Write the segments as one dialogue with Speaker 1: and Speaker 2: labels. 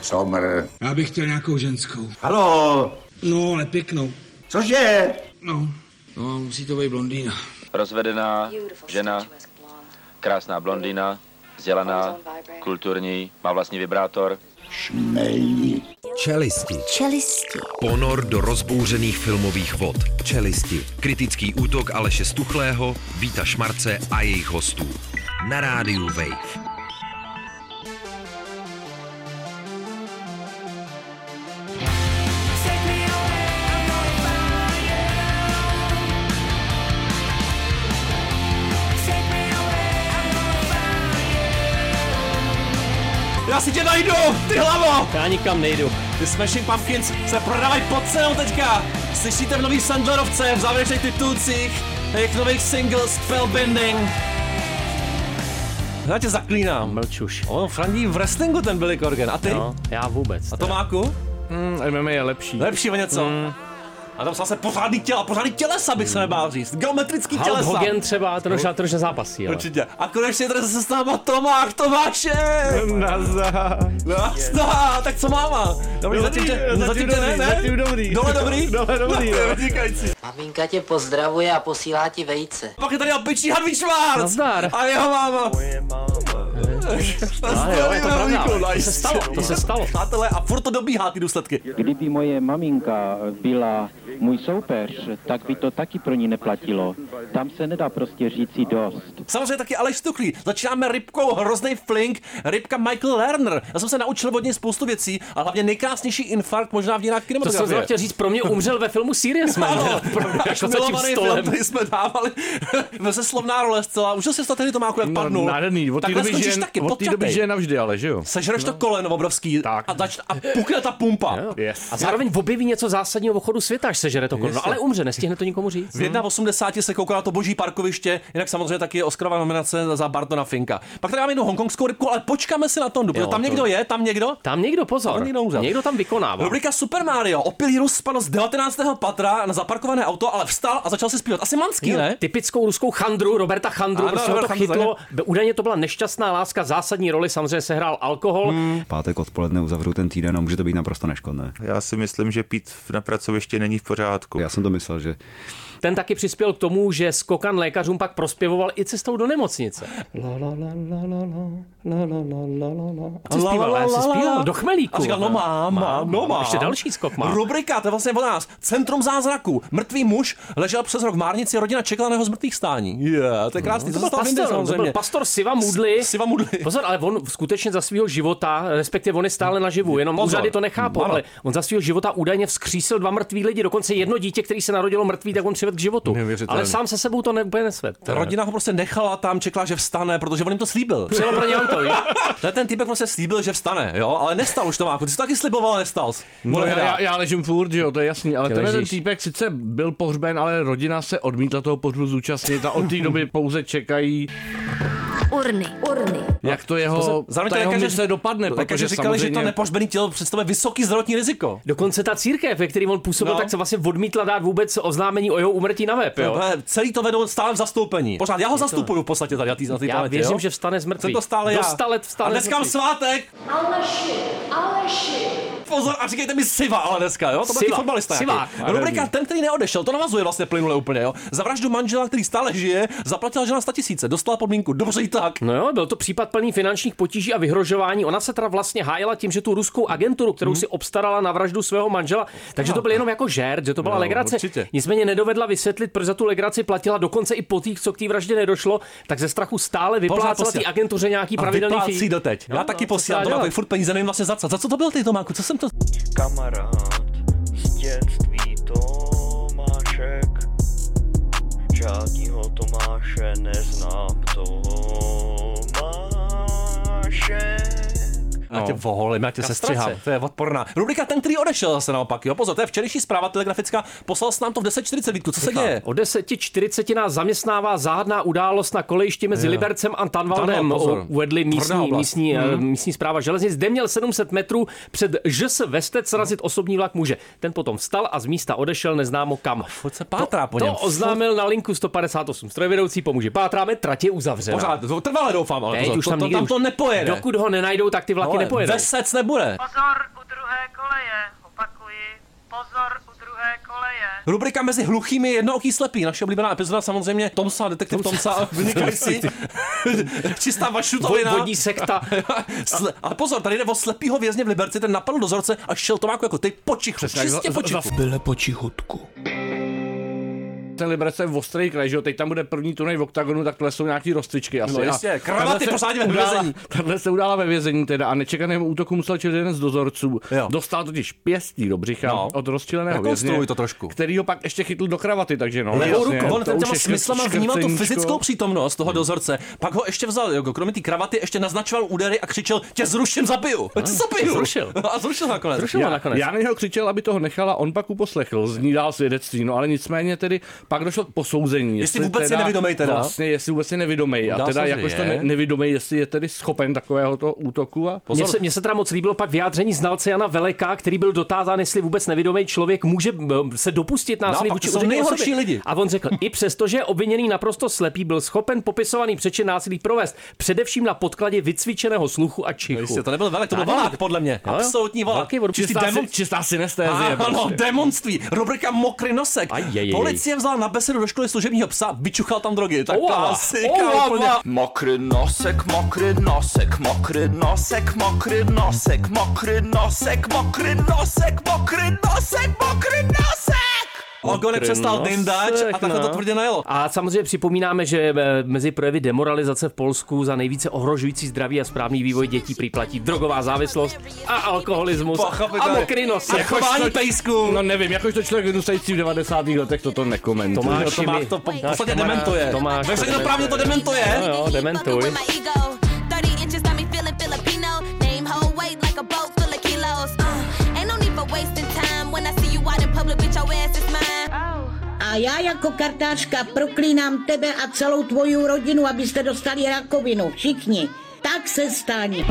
Speaker 1: Somr.
Speaker 2: Já bych chtěl nějakou ženskou.
Speaker 1: Haló.
Speaker 2: No, ale pěknou.
Speaker 1: Cože?
Speaker 2: No, musí to být blondýna.
Speaker 3: Rozvedená žena, krásná blondýna, vzdělaná, kulturní, má vlastní vibrátor.
Speaker 1: Šmej.
Speaker 4: Čelisti. Ponor do rozbouřených filmových vod. Čelisti. Kritický útok Aleše Stuchlého, Víta Šmarce a jejich hostů. Na rádiu Wave.
Speaker 5: Já si tě najdu, ty hlavo!
Speaker 6: Já nikam nejdu.
Speaker 5: Ty Smashing Pumpkins se prodávají pod cenou teďka. Slyšíte v nový Sandlerovce, v závěrečných titulcích, jejich nových singles Spellbending. Já tě zaklínám.
Speaker 6: Mlčuš.
Speaker 5: On fandí v wrestlingu ten Billy Corgan. A ty?
Speaker 6: No, já vůbec.
Speaker 5: A Tomáku?
Speaker 6: MMA je lepší.
Speaker 5: Lepší o něco. A tam zase pořádný tělesa bych se nebál říct. Geometrický
Speaker 6: Hulk
Speaker 5: tělesa.
Speaker 6: Hogan třeba, ten už zápasí, ale.
Speaker 5: Určitě. A konečně tady se s náma Tomáše!
Speaker 6: Nazdar.
Speaker 5: Tak co máma? Dobrý, zatím dobrý. Dole dobrý. Vynikající.
Speaker 7: Maminka tě pozdravuje a posílá ti vejce.
Speaker 5: Pak je tady opičí Harvey Schwarz.
Speaker 6: Nazdar.
Speaker 5: A jeho máma.
Speaker 6: Jo, je to pravda. To se stalo.
Speaker 5: Přátelé, a furt to dobíhá ty důsledky.
Speaker 8: Kdyby moje maminka byla můj soupeř, tak by to taky pro ní neplatilo. Tam se nedá prostě říci dost.
Speaker 5: Samozřejmě taky Aleš Stuchlý. Začínáme rybkou Hrozný flink, rybka Michael Lerner. Já jsem se naučil od něj spoustu věcí, a hlavně nejkrásnější infarkt možná v dějinách kinematografie.
Speaker 6: To jsem chtěl říct, pro mě umřel ve filmu Serious Man.
Speaker 5: Až milovaný film, který jsme dávali. Ve slovná role zcela. Užil jsi to tehdy, Tomáku, jak padnul.
Speaker 9: Nádherný, od té doby, že je navždy, ale že jo.
Speaker 5: Sežereš to koleno obrovský a pukne ta pumpa.
Speaker 9: Yes.
Speaker 6: A zároveň objeví něco zásadního v chodu světa, až sežere to koleno, ale umře, nestihne to nikomu říct.
Speaker 5: V 1,80 se kouká na to boží parkoviště, jinak samozřejmě taky je Oscarová nominace za Bartona Finka. Pak tady máme jednu hongkongskou rybku, ale počkáme si na Tondu, protože tam někdo je,
Speaker 6: Tam někdo, pozor. Někdo tam vykonává.
Speaker 5: Rubrika Super Mario. Opilý Rus spadl z 19. patra na zaparkované auto, ale vstal a začal si zpívat. Asi Manský, ne?
Speaker 6: Typickou ruskou chandru, Roberta Chandru, prostě to chytlo. Údajně to byla nešťastná láska, zásadní roli samozřejmě sehrál alkohol.
Speaker 10: Pátek odpoledne uzavřu ten týden a může to být naprosto neškodné.
Speaker 11: Já si myslím, že pít na pracovišti není v pořádku.
Speaker 10: Já jsem to myslel, že...
Speaker 6: Ten taky přispěl k tomu, že skokan lékařům pak prospěvoval i cestou do nemocnice. A co zpíval? Já si zpíval do chmelíku.
Speaker 5: A říkal, no mám.
Speaker 6: Ještě další skok má.
Speaker 5: Rubrika, to je vlastně od nás. Centrum zázraku. Mrtvý muž ležel přes rok v Márnici, rodina čekala na jeho zmrtvých stání. To je krásný. To
Speaker 6: byl pastor Siva Moodley. Pozor, ale on skutečně za svého života, respektive on je stále naživu, jenom úřady to nechápou, ale on za svého života údajně vzkřísil 2 mrtví lidi, dokonce jedno dítě, který se narodilo mrtvý, tak on přived k životu. Ale sám se sebou to úplně nesved.
Speaker 5: Rodina ho prostě nechala tam, čekala, že vstane, protože on jim to slíbil.
Speaker 6: Přijelo pro ně auto.
Speaker 5: To je ten typek prostě slíbil, že vstane, jo, ale nestal už to má. Ty jsi to taky sliboval, ale nestal.
Speaker 9: Já ležím furt, že jo, to je jasný, ale ten týpek sice byl pohřben, ale rodina se odmítla toho pohřbu zúčastnit a od té doby pouze čekají
Speaker 4: Urny.
Speaker 9: Jak to jeho mise dopadne,
Speaker 5: protože říkali, samozřejmě... že to nepohřbený tělo představuje vysoký zdravotní riziko.
Speaker 6: Dokonce ta církev, ve který on působil, tak se vlastně odmítla dát vůbec oznámení o jeho úmrtí na web, jo.
Speaker 5: Celý to vedou stále v zastoupení. Pořád já ho zastupuju v podstatě tady na té planetě.
Speaker 6: Já věřím, že vstane z mrtvých.
Speaker 5: To stále já.
Speaker 6: Do 100 let vstane.
Speaker 5: A dneska mám svátek. Aleši. Pozor, a říkejte mi Siva, ale dneska, jo? To byl taky fotbalista. Rubrika Ten, který neodešel, to navazuje vlastně plynule úplně, jo. Za vraždu manžela, který stále žije, zaplatila žena 100 000, dostala podmínku. Dobře i tak.
Speaker 6: No jo, byl to případ plný finančních potíží a vyhrožování. Ona se teda vlastně hájila tím, že tu ruskou agenturu, kterou si obstarala na vraždu svého manžela, takže to byl jenom jako žert, že to byla legrace. Určitě. Nicméně nedovedla vysvětlit, proč za tu legraci platila dokonce i po těch, co k té vraždě nedošlo, tak ze strachu stále vyplácela té agentuře nějaký pravidelný fee.
Speaker 5: Doteď. Já taky posílám, to furt peníze, nevím vlastně za co. Za co to byl ty, Tomáku? Co jsem to?
Speaker 12: Kamarád z dětství Tomášek, žádnýho Tomáše neznám, Tomášek.
Speaker 5: Já tě voholím, já tě sestřihám, to je odporná. Rubrika Ten, který odešel zase naopak, jo, pozor, to je včerejší zpráva telegrafická, poslal jsi nám to v 10:40, Vítku, co se děje?
Speaker 6: O 10:40 nás zaměstnává záhadná událost na kolejišti mezi Libercem a Tanvaldem, uvedli místní správa železnic, zde měl 700 metrů před ŽS Vestec srazit osobní vlak muže. Ten potom vstal a z místa odešel neznámo kam.
Speaker 5: Furt se pátrá po něm.
Speaker 6: To oznámil na linku 158. Strojvedoucí pomůže. Pátráme, trať je uzavřena.
Speaker 5: Pořád, to trvale doufám, ale
Speaker 6: už
Speaker 5: tam to nepojede.
Speaker 6: Dokud ho nenajdou, tak ty vlaky taky nepojedou.
Speaker 5: Vesec nebude.
Speaker 13: Pozor u druhé koleje, opakuji, pozor u druhé koleje.
Speaker 5: Rubrika Mezi hluchými jednooký slepý, naše oblíbená epizoda samozřejmě Tomsa, detektiv Tomsa, vynikající. Čistá vašutovina.
Speaker 6: Vodní sekta.
Speaker 5: Ale pozor, tady jde o slepýho vězně v Liberci, ten napadl dozorce a šel Tomáku jako ty počichu, čistě počichu.
Speaker 2: Byle počichutku.
Speaker 9: Ten Liberec je v ostrý kraj, že jo, teď tam bude první turnaj v OKTAGONu, tak tohle jsou nějaký rozcvičky asi.
Speaker 5: No jasně, kravaty pořádně ve vězení.
Speaker 9: Tahle se udála ve vězení teda a nečekanému útoku musel čelit jeden z dozorců. Jo. Dostal totiž pěstí do břicha od rozčileného vězně,
Speaker 5: to trošku.
Speaker 9: Který ho pak ještě chytl do kravaty, takže no.
Speaker 5: On ten těma smyslama vnímal tu fyzickou přítomnost toho dozorce, pak ho ještě vzal, jako kromě té kravaty ještě naznačoval údery a křičel, tě zruším, zabiju.
Speaker 6: Zrušil.
Speaker 5: A zrušil nakonec.
Speaker 9: Já na něho křičel, aby toho nechala, on pak uposlechl, z ní dál svědectví, no ale nicméně tedy pak došlo k posouzení.
Speaker 5: Jestli vůbec je nevědomej teda.
Speaker 9: Vlastně, jestli vůbec je nevědomej. A teda jakožto nevědomej, jestli je tedy schopen takovéhoto útoku. A
Speaker 6: mně se teda moc líbilo pak vyjádření znalce Jana Veleka, který byl dotázán, jestli vůbec nevědomý člověk může se dopustit násilí vůči
Speaker 5: nejhorší lidi.
Speaker 6: A on řekl, i přesto, že je obviněný naprosto slepý, byl schopen popisovaný přečin násilí provést, především na podkladě vycvičeného sluchu a čichu.
Speaker 5: To nebyl Velek, to byl Valák, podle mě. Absolutní Valák.
Speaker 9: Čistá synestézie.
Speaker 5: Ano, demonství. Rubrika Mokrý nosek. Policie vzala na besedu do školy služebního psa, vyčuchal tam drogy. Tak klasika úplně.
Speaker 12: Mokrý nosek, mokrý nosek, mokrý nosek, mokrý nosek, mokrý nosek, mokrý nosek, mokrý nosek, mokrý nosek.
Speaker 5: Ogonek přestal dyndač a takhle to tvrdě najelo.
Speaker 6: A samozřejmě připomínáme, že mezi projevy demoralizace v Polsku za nejvíce ohrožující zdraví a správný vývoj dětí priplatí drogová závislost a alkoholismus a mokrý nosek.
Speaker 5: A chování pejsků.
Speaker 9: No nevím, jakožto člověk vyrůstající v 90. letech toto nekomentuje.
Speaker 5: Tomáš to v podstatě dementuje. Veřejnoprávně to dementuje.
Speaker 6: Jo, dementuj.
Speaker 14: A já jako kartářka proklínám tebe a celou tvoji rodinu, abyste dostali rakovinu. Všichni. Tak se staň.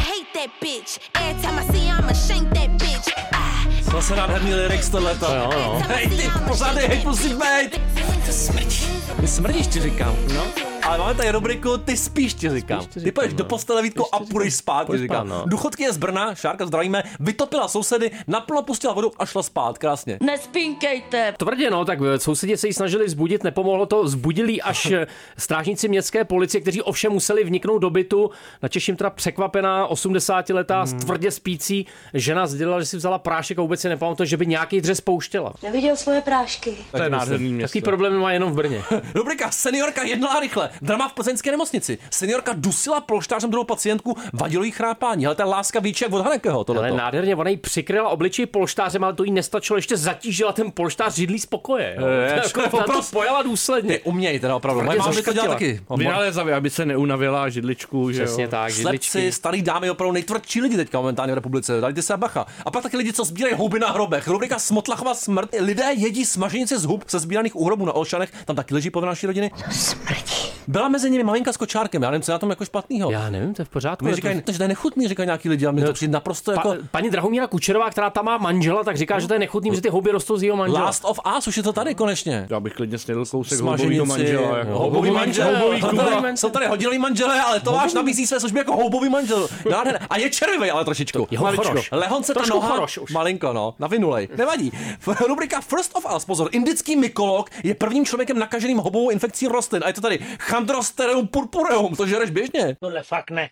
Speaker 5: To se nádherný lyrics tohleto. Hej ty, pořádej, hej musíš být. Ty smrdíš, ti říkám. No. Ale máme tady rubriku Ty spíš, ti říkám. Ty půjdeš do postele, Vítko, a půjdeš spát, ti říkám. Důchodky je z Brna, Šárka, zdravíme, vytopila sousedy, naplno pustila vodu a šla spát, krásně.
Speaker 14: Nespínkejte.
Speaker 6: Tvrdě, no, tak sousedi se jí snažili vzbudit, nepomohlo to, zbudili až strážníci městské policie, kteří ovšem museli vniknout do bytu. Načeším teda překvapená 80letá, tvrdě spící žena sdělila, že si vzala prášek a vůbec si nepamatuje, že by nějaký dřez pouštěla.
Speaker 14: Neviděl svoje prášky.
Speaker 9: To je nádherný město.
Speaker 6: Taký problém má jenom v Brně.
Speaker 5: Rubrika Seniorka jednala rychle. Drama v plzeňské nemocnici. Seniorka dusila polštářem druhou pacientku, vadilo jí chrápání. Ale ta láska víče jak od Hanekého.
Speaker 6: Ale nádherně, ona jí přikryla obličej polštářem, ale to jí nestačilo, ještě zatížila ten polštář židlí z pokoje. To pojala důsledně.
Speaker 5: Ty uměj teda opravdu. Mám to dělat taky.
Speaker 9: Vynalézavě, aby se neunavila židličku, že jo.
Speaker 6: Přesně tak, židličky.
Speaker 5: Slepci, starý dámy, opravdu nejtvrdší lidi teďka momentálně v republice. Dajte se bacha. A pak taky lidi, co sbírají houby na hrobech. Rubrika Smotlachova smrt. Lidé jedí smaženice z hub se sbíraných úhrobů na Olšanech. Tam taky leží po naší rodiny. Byla mezi nimi maminka s kočárkem, já nevím, co je na tom jako špatného.
Speaker 6: Já nevím, to je v pořádku.
Speaker 5: Mě říkají, že to je nechutný, říkají nějaký lidi, a mě to přijde naprosto jako.
Speaker 6: Paní Drahomíra Kučerová, která tam má manžela, tak říká, že to je nechutný, že ty houby rostou z jeho manžela.
Speaker 5: Last of Us, už je to tady konečně.
Speaker 9: Já bych klidně snědl kousek houbovýho manžela.
Speaker 5: Houbový manžel. Jsou tady hodinový manželé, ale Tomáš nabízí své služby jako houbový manžel. A je červivý, ale trošičku. Lehon se ta noha, malinko, no, navinulej. Nevadí. Rubrika First of Us, pozor, indický mykolog je prvním člověkem nakaženým houbovou infekcí rostlin. A je to tady Chondrostereum purpureum, to žereš běžně.
Speaker 13: Tohle fakt ne.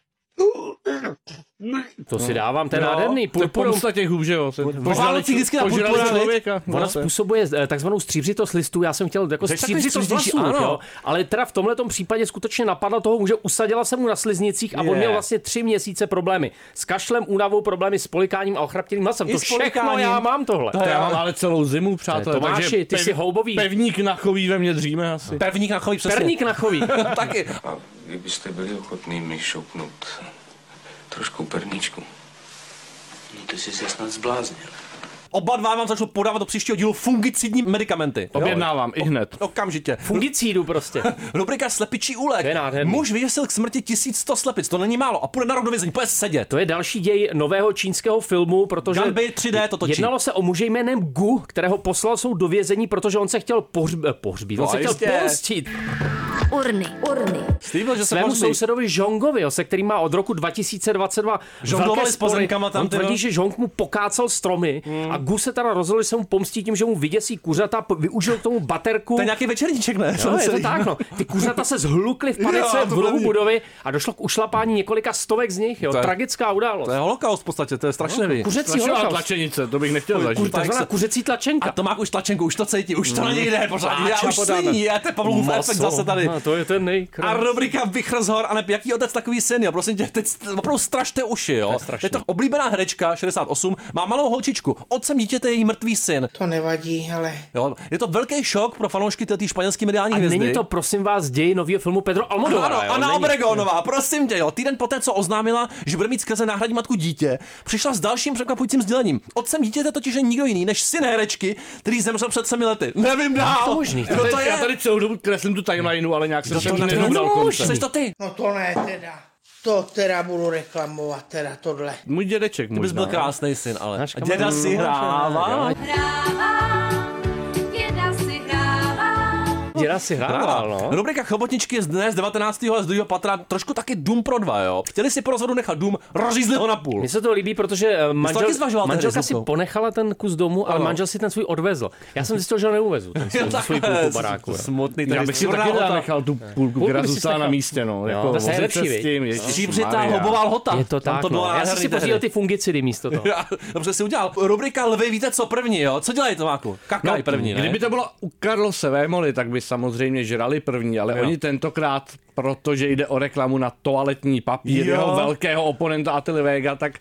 Speaker 6: To si dávám, ten nádherný purpurum.
Speaker 9: To je těch hub, že jo?
Speaker 6: Ona způsobuje takzvanou stříbřitost listů, já jsem chtěl jako stříbřitost vlasů, jo? Ale teda v tomhletom případě skutečně napadla toho, že usadila se mu na sliznicích a on měl vlastně 3 měsíce problémy. S kašlem, únavou, problémy s polikáním a ochraptěným hlasem. To všechno já mám tohle.
Speaker 9: To já mám ale celou zimu, přátelé.
Speaker 6: Tomáši, ty jsi houbový.
Speaker 9: Pevník na choví ve mě dříme asi.
Speaker 5: Pevník na choví, přesně.
Speaker 6: Perník na choví.
Speaker 5: Taky.
Speaker 15: A kdybyste byli ochotný mi šoupnout trošku perníčku.
Speaker 2: No ty jsi se snad zbláznil.
Speaker 5: Oba dva vám začnou podávat do příštího dílu fungicidní medikamenty.
Speaker 9: Objednávám i hned.
Speaker 5: Okamžitě.
Speaker 6: Fungicídu prostě.
Speaker 5: Rubrika slepičí úlek. Muž vyvěsil k smrti 1100 slepic, to není málo. A půjde na rok do vězení, půjde sedět.
Speaker 6: To je další děj nového čínského filmu, protože
Speaker 5: Gunby 3D to točí.
Speaker 6: Jednalo se o muže jménem Gu, kterého poslal soud do vězení, protože on se chtěl pohřbít. On se chtěl pomstit.
Speaker 16: Urny.
Speaker 6: Svému sousedovi Žongovi, se kterým má od roku 2022 velké spory. On tvrdí, že Žong mu pokácel stromy a Gu se teda rozhodl, že se mu pomstí tím, že mu vyděsí kuřata, využil k tomu baterku.
Speaker 5: To je nějaký večerníček, ne?
Speaker 6: No, je to tak, no. Ty kuřata se zhlukly v panice v rohu budovy a došlo k ušlapání několika stovek z nich. Tragická událost.
Speaker 5: To je holokaust v podstatě, to je strašný.
Speaker 6: Kuřecí holokaust.
Speaker 9: Tlačenice, to bych nechtěl zažít.
Speaker 6: Takzvaná kuřecí tlačenka.
Speaker 5: A to má už tlačenku, už to cítí, už to na něj jde pořád. Já už sní, to je Pavlův efekt zase tady.
Speaker 6: To je ten nejkrát.
Speaker 5: A rubrika Vichr z hor, a jaký otec takový syn, jo, prosím tě, teď opravdu strašte uši, jo. Je to oblíbená herečka, 68, má malou holčičku, otcem dítěte je její mrtvý syn.
Speaker 17: To nevadí, ale...
Speaker 5: Jo, je to velký šok pro fanoušky té španělské mediální hvězdy.
Speaker 6: Není to, prosím vás, děj nového filmu Pedro Almodóvara.
Speaker 5: Ano, Anna Obregonová, prosím tě, jo. Týden poté, co oznámila, že bude mít skrze náhradní matku dítě, přišla s dalším překvapujícím sdělením. Otcem dítěte totiž je nikdo jiný než syn herečky, který zemřel před 7 lety. Nevím dál.
Speaker 9: Já tady celou dobu kreslím tu timelineu, ale nějak jsem to nedal konce.
Speaker 5: Jsi to ty?
Speaker 17: No to ne teda. To teda budu reklamovat, teda tohle.
Speaker 9: Můj dědeček možná.
Speaker 5: Ty bys byl krásnej syn, ale. A děda si hrává.
Speaker 6: Děda si hrával, no.
Speaker 5: Rubrika Chobotničky je dnes z 19. ale z 2. patra trošku taky Dům pro 2, jo. Chtěli si po rozhodu nechat dům, rozřízli ho na půl.
Speaker 6: Mně se to líbí, protože manželka si ponechala ten kus domu, ale manžel si ten svůj odvezl. Já jsem zjistil, že ho neuvezu, ten svůj půlku baráku.
Speaker 5: Smutný,
Speaker 9: já bych si taky nechal tu půlku, která zůstala na místě, no.
Speaker 6: To je lepší,
Speaker 5: Stříbřitá hobová lhota.
Speaker 6: Je to tak, já jsem si pořídil ty fungicidy místo toho.
Speaker 5: Dobře si udělal. Rubrika Lvy, víte co první, jo? Co dělají Tomáku? Kakaj první, ne?
Speaker 9: Kdyby to bylo u Karlose Vémoly, tak by samozřejmě žrali první, ale oni tentokrát, protože jde o reklamu na toaletní papír jeho velkého oponenta Attily Vega, tak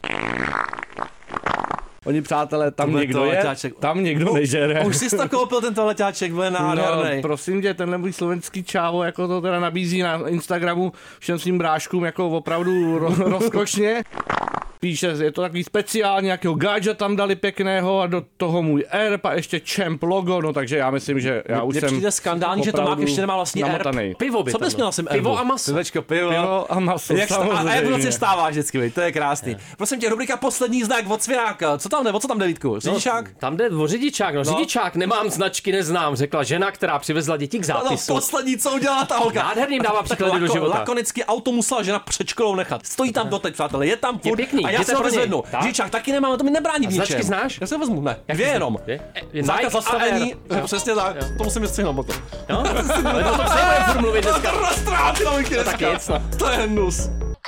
Speaker 9: oni, přátelé, tam někdo je, tam někdo nežere.
Speaker 5: Už jsi to koupil, ten toaleťáček, byl nádherný.
Speaker 9: No, prosím tě, tenhle můj slovenský čávo, jako to teda nabízí na Instagramu všem svým bráškům, jako opravdu rozkošně. Píše, je to takový speciální, nějakého gadget tam dali pěkného a do toho můj erb a ještě Champ logo, no takže já myslím, že já už jsem
Speaker 5: přijde skandální, že Tomák ještě nemá vlastní erb.
Speaker 6: Pivo by
Speaker 5: co bys měl jsem erbu?
Speaker 6: Pivo a maso.
Speaker 5: Pivo
Speaker 9: a maso,
Speaker 5: a erb noci vstává vždycky, to je krásný. Prosím tě, rubrika Poslední znak od Sviráka. Co tam jde, Vítku? Řidičák?
Speaker 6: Tam jde o řidičák, no. Řidičák, nemám značky, neznám, řekla žena, která přivezla děti k zápisu.
Speaker 5: No, poslední, co udělala ta holka.
Speaker 6: Nádherným dává příklady do života.
Speaker 5: Lakonicky auto musela žena před školou nechat. Stojí tam doteď, přátelé, je tam furt.
Speaker 6: Pěkný,
Speaker 5: a já se ho vyzvednu. Řidičák taky nemám, to mi nebrání v ničem.
Speaker 6: Značky znáš?
Speaker 5: Já se vezmu, ne. Dvě jenom. Zákaz zastavení, přesně tak. To musím střihnout potom.
Speaker 6: No, ale to se bude furt mluvit dneska.
Speaker 5: To roztrátilo mi dneska. To je hnus.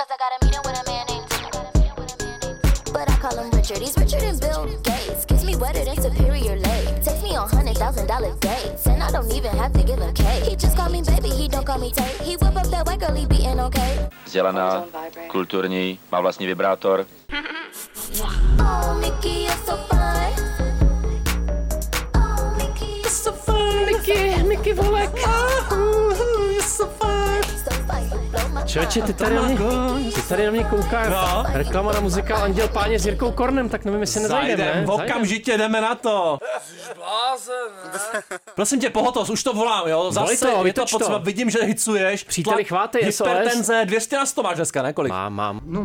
Speaker 16: But I call him Richard. He's richer than Bill Gates. Gives me wetter than Superior Lake. Takes me on $100,000 dates, and I don't even have to give him cake. He just call me baby, he don't call me Tate. He whip up that white girl, he beating okay.
Speaker 3: Vzdělaná, kulturní, má vlastní vibrátor.
Speaker 16: Oh, Mickey, you're so fine. Oh, Mickey, you're so fine.
Speaker 6: Mickey Volek.
Speaker 5: You're so fine.
Speaker 6: Člověče, ty tady na mě koukáš. No. Reklama na muzikál Anděl Páně s Jirkou Kornem, tak nevím, jestli nezajdeme.
Speaker 5: Okamžitě jdeme na to. Prosím tě, pohotost, už to volám, jo. Zase je to potřeba, vidím, že hicuješ.
Speaker 6: Příteli, chvátej SOS.
Speaker 5: Hypertenze, 200 na 100 máš dneska, ne? Kolik?
Speaker 6: Mám.
Speaker 1: No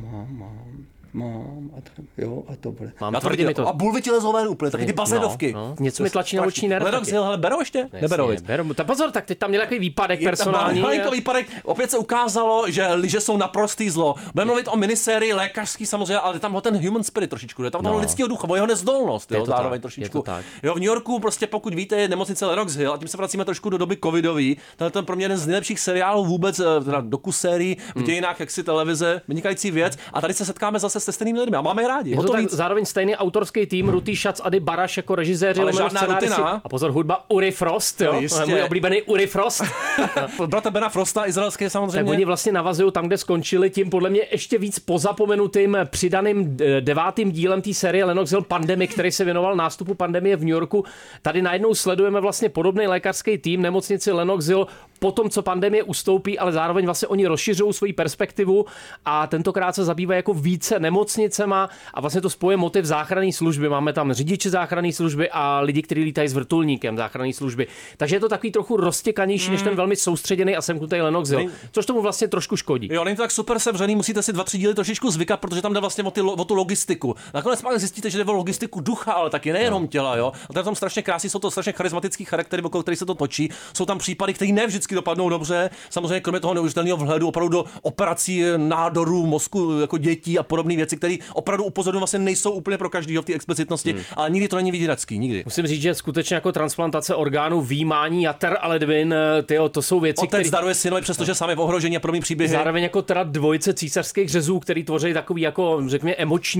Speaker 1: mám. A to bude.
Speaker 5: Já tvrdím to. A bulvy ti lezou ven úplně, taky ty bazénovky.
Speaker 6: No. Něco mi tlačí na oční nerv.
Speaker 5: Lerox Hill, hele, berou ještě? Neberou.
Speaker 6: Tak pozor, tak teď tam měl takový výpadek personální.
Speaker 5: Malinko výpadek, opět se ukázalo, že lyže jsou naprostý zlo. Budeme mluvit o minisérii lékařský samozřejmě, ale tam ten human spirit trošičku, je tam toho lidského ducha, jeho nezdolnost, jo, zároveň trošičku. Jo, v New Yorku prostě pokud víte, je nemocnice Lerox Hill, a tím se vracíme trošku do doby covidový. To je pro mě jeden z nejlepších seriálů vůbec, teda dokusérií v dějinách jaksi televize, vynikající věc, a tady se setkáme zase se stejnými lidmi. A máme je rádi.
Speaker 6: Je to tak zároveň stejný autorský tým, Ruty Schatz, Ady Baraš jako režiséři, a pozor, hudba Uri Frost, jo? Můj oblíbený Uri Frost.
Speaker 5: Brata Bena Frosta, izraelský samozřejmě.
Speaker 6: Tak oni vlastně navazují tam, kde skončili, tím podle mě ještě víc pozapomenutým přidaným 9. dílem té série Lenox Hill Pandemic, který se věnoval nástupu pandemie v New Yorku. Tady najednou sledujeme vlastně podobný lékařský tým, nemocnici Lenox Hill potom, co pandemie ustoupí, ale zároveň vlastně oni rozšiřují svoji perspektivu a tentokrát se zabývají jako více nemocnicema a vlastně to spoje motiv záchranné služby. Máme tam řidiče záchranné služby a lidi, kteří lítají s vrtulníkem záchranné služby. Takže je to takový trochu roztěkanější než ten velmi soustředěný a semknutý Lenox Hill, což tomu vlastně trošku škodí.
Speaker 5: Jo, není to tak super sevřený, musíte si 2-3 díly trošičku zvykat, protože tam jde vlastně o tu logistiku. Nakonec pak zjistíte, že jde o logistiku ducha, ale taky nejenom těla, jo. A to je tam strašně krásný, jsou to strašně charismatický charaktery, okolo kterých se to točí. Jsou tam případy, které ne vždycky dopadnou dobře. Samozřejmě kromě toho neuvěřitelného vhledu opravdu do operací nádorů mozku jako dětí a podobné věci, které opravdu upozorňují, vlastně nejsou úplně pro každého v té explicitnosti, ale nikdy to není vyděračský, nikdy.
Speaker 6: Musím říct, že skutečně jako transplantace orgánů, výjímání jater a ledvin, to jsou věci,
Speaker 5: Otec daruje synovi, přestože sám je v ohrožení a pro mě příběhy.
Speaker 6: Zároveň jako teda dvojice císařských řezů, který tvoří takový jako řekněme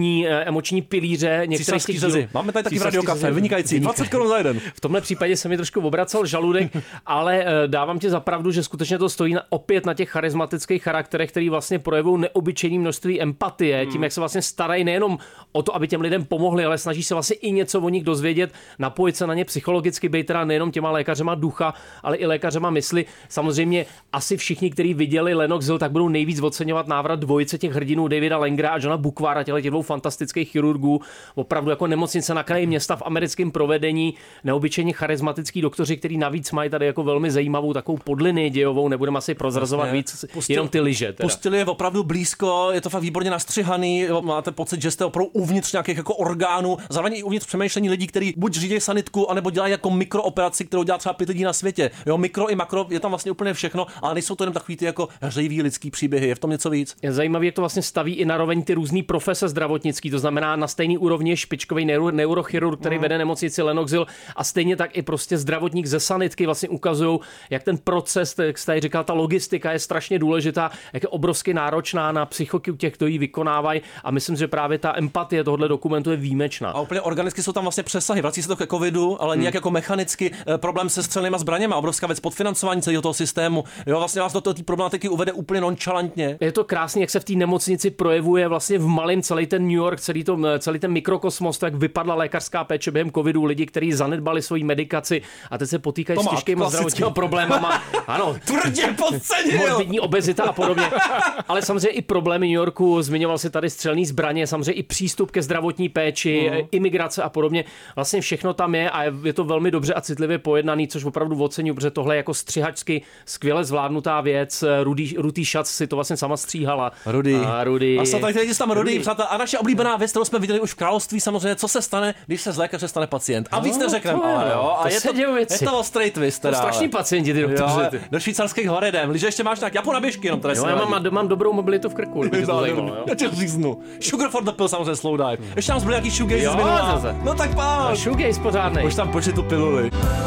Speaker 6: emoční pilíře některých těch dílů.
Speaker 5: Máme tady taky v Radio Café, vynikající, 20 Kč za jeden.
Speaker 6: V tomhle případě se mi trošku obracel žaludek, ale dávám ti za pravdu, že skutečně to stojí opět na těch charismatických charakterech, který vlastně projevují neobyčejné množství empatie, tím jak se vlastně starají nejenom o to, aby těm lidem pomohli, ale snaží se vlastně i něco o nich dozvědět, napojit se na ně psychologicky, být teda nejenom těma lékařema ducha, ale i lékařema mysli. Samozřejmě asi všichni, kteří viděli Lenox Hill, tak budou nejvíc oceňovat návrat dvojice těch hrdinů Davida Langera a Johna Bookwara, těch dvou fantastických chirurgů, opravdu jako nemocnice na kraji města v americkém provedení, neobyčejně charismatický doktoři, kteří navíc mají tady jako velmi zajímavou takovou podlinii dějovou, nebudeme asi prozrazovat víc, jenom ty liže. Teda.
Speaker 5: Pustili je opravdu blízko, je to fakt výborně nastřihaný, máte pocit, že jste opravdu uvnitř nějakých jako orgánů, zároveň i uvnitř přemýšlení lidí, kteří buď řídí sanitku, anebo dělají jako mikrooperaci, kterou dělá třeba 5 lidí na světě. Jo, mikro i makro, je tam vlastně úplně všechno, ale nejsou to jen takový ty jako hřejivý lidský příběhy, je v tom něco víc.
Speaker 6: Je zajímavé, jak to vlastně staví i naroveň ty různé profese zdravotnický, to znamená na stejný úrovni špičkový neurochirurg, který vede nemocnici Lenox Hill, a stejně tak i prostě zdravotník ze sanitky vlastně ukazují, jak ten proces, jak jste říkal, ta logistika je strašně důležitá, jak je obrovsky náročná na psychiku těch, kdo ji vykonávají, a myslím, že právě ta empatie tohoto dokumentu je výjimečná.
Speaker 5: A úplně organicky jsou tam vlastně přesahy, vrací se to ke covidu, ale nějak jako mechanicky, problém se střelnýma zbraněma, obrovská věc, podfinancování celého toho systému. Jo, vlastně vás do té problematiky uvede úplně nonchalantně.
Speaker 6: Je to krásný, jak se v té nemocnici projevuje vlastně v malém celý ten New York, celý ten mikrokosmos, to jak vypadla lékařská péče během covidu, lidi, kteří zanedbali svoji medikaci a teď se potýkají s těžkými zdravotními problémama. Ano,
Speaker 5: tvrdě podcenil.
Speaker 6: Morbidní obezita a podobně. Ale samozřejmě i problémy New Yorku, zmiňoval si tady střelný zbraně, samozřejmě i přístup ke zdravotní péči, imigrace a podobně. Vlastně všechno tam je a je to velmi dobře a citlivě pojednaný, což opravdu oceňuji, protože tohle je jako střihačsky skvěle zvládnutá věc. Rudy Schatz si to vlastně sama stříhala.
Speaker 5: Rudy.
Speaker 6: A
Speaker 5: tady tam Rudy, přátel. A naše oblíbená věc, kterou jsme viděli už v Království, samozřejmě, co se stane, když se z lékaře stane pacient. A víc neřekneme, ale jo. A je to straight twist.
Speaker 6: To strašný pacienti, ty doktoři.
Speaker 5: Do švýcarských hor jedem. Liže ještě máš tak Japo na běžky, jenom tady.
Speaker 6: Jo, já mám dobrou mobilitu v krku.
Speaker 5: Já tě říznu. Sugar for the pill, samozřejmě slow dive. Ještě tam zbyl nějaký shoegaze z minula. No tak pán.
Speaker 6: Shoegaze pořádnej.
Speaker 5: Už tam počít tu piluli.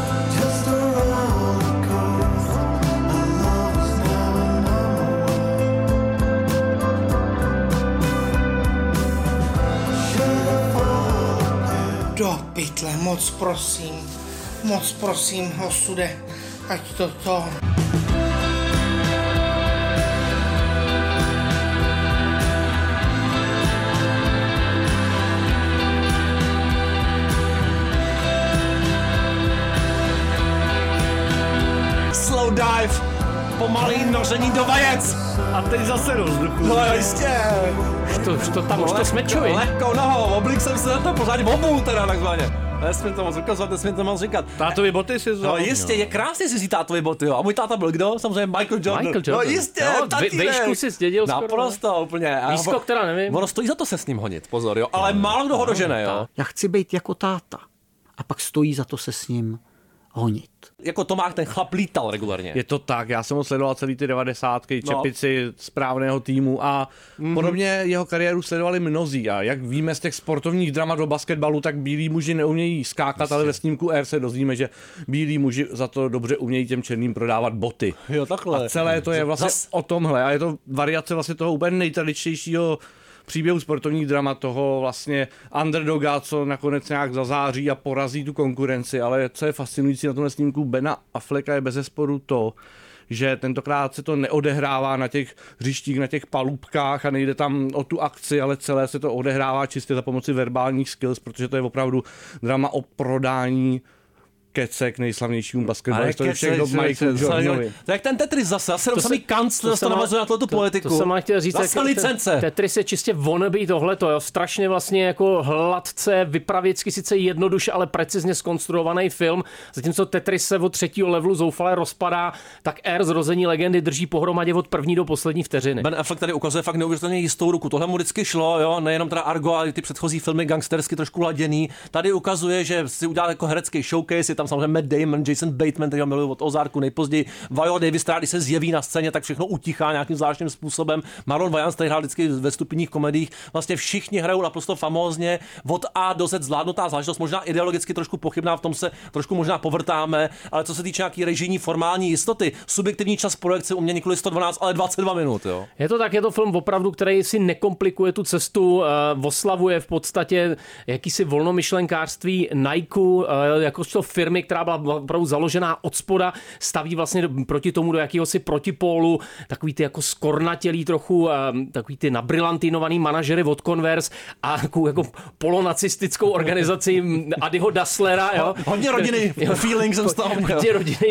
Speaker 17: Do pytle, moc prosím, osude, ať to.
Speaker 5: Slow dive, pomalý noření do vajec.
Speaker 9: A teď zase do vzduchu.
Speaker 5: No jistě.
Speaker 6: Už to smečuji.
Speaker 5: Lehkou nohou, oblík jsem se na to pořádně obul teda takzvaně. Nesmím to moc ukazovat, nesmím to moc říkat.
Speaker 9: Tátovy boty si vzal.
Speaker 5: No jistě, je krásně si vzít tátovy boty, jo. A můj táta byl kdo? Samozřejmě Michael Jordan.
Speaker 6: No
Speaker 5: jistě,
Speaker 6: vejšku si zdědil skoro.
Speaker 5: Naprosto, úplně.
Speaker 6: Výskok teda nevím.
Speaker 5: Ono stojí za to se s ním honit, pozor, jo. Ale málo kdo ho dožene, jo.
Speaker 1: Já chci být jako táta. A pak stojí za to se s ním honit.
Speaker 5: Jako Tomák, ten chlap lítal regulárně.
Speaker 9: Je to tak, já jsem ho sledoval celý ty 90. čepici správného týmu a podobně jeho kariéru sledovali mnozí a jak víme z těch sportovních dramat do basketbalu, tak bílí muži neumějí skákat, ale ve snímku R se dozvíme, že bílí muži za to dobře umějí těm černým prodávat boty.
Speaker 5: Jo, takhle.
Speaker 9: A celé to je vlastně o tomhle a je to variace vlastně toho úplně nejtradičnějšího příběhu sportovních dramat, toho vlastně underdoga, co nakonec nějak zazáří a porazí tu konkurenci, ale co je fascinující na tomhle snímku Bena Afflecka je bezesporu to, že tentokrát se to neodehrává na těch hřištích, na těch palubkách a nejde tam o tu akci, ale celé se to odehrává čistě za pomoci verbálních skills, protože to je opravdu drama o prodání kece k nejslavnějšímu basketbalistovi všech dob Michael Jordanovi.
Speaker 5: To je jak ten Tetris zase samý kancler to navazuje na tu politiku.
Speaker 6: To jsem vám chtěl říct,
Speaker 5: zase licence.
Speaker 6: Tetris je čistě wannabe tohleto, jo, strašně vlastně jako hladce, vypravěcky sice jednoduše, ale precizně zkonstruovaný film, zatímco Tetris se od 3. levelu zoufale rozpadá, tak Air Zrození legendy drží pohromadě od první do poslední vteřiny.
Speaker 5: Ben Affleck tady ukazuje fakt neuvěřitelně jistou ruku. Tohle mu vždycky šlo, jo, nejenom teda Argo, ale ty předchozí filmy gangstersky trošku laděný. Tady ukazuje, že si udělal jako herecký showcase, je tam samozřejmě Matt Damon, Jason Bateman, který ho miluju od Ozarku nejpozději. Viola Davis, která když se zjeví na scéně, tak všechno utichá nějakým zvláštním způsobem. Marlon Wayans, který hrál vždycky ve stupních komediích. Vlastně všichni hrajou naprosto famózně, od A do Z zvládnutá záležitost, možná ideologicky trošku pochybná, v tom se trošku možná povrtáme, ale co se týče nějaký režijní formální jistoty, subjektivní čas projekce u mě nikoli 112, ale 22 minut, jo.
Speaker 6: Je to tak, je to film opravdu, který si nekomplikuje tu cestu, oslavuje v podstatě jakýsi volnomyšlenkářství Nike, jakožto firmy, která byla opravdu založená od spoda, staví vlastně proti tomu do jakéhosi protipólu, takový ty jako skornatělý trochu, takový ty nabrilantínovaný manažery od Converse a jako polonacistickou organizaci Adiho Dasslera, jo.
Speaker 5: Hodně rodiny, feeling jsem tam.
Speaker 6: Hodně rodiny,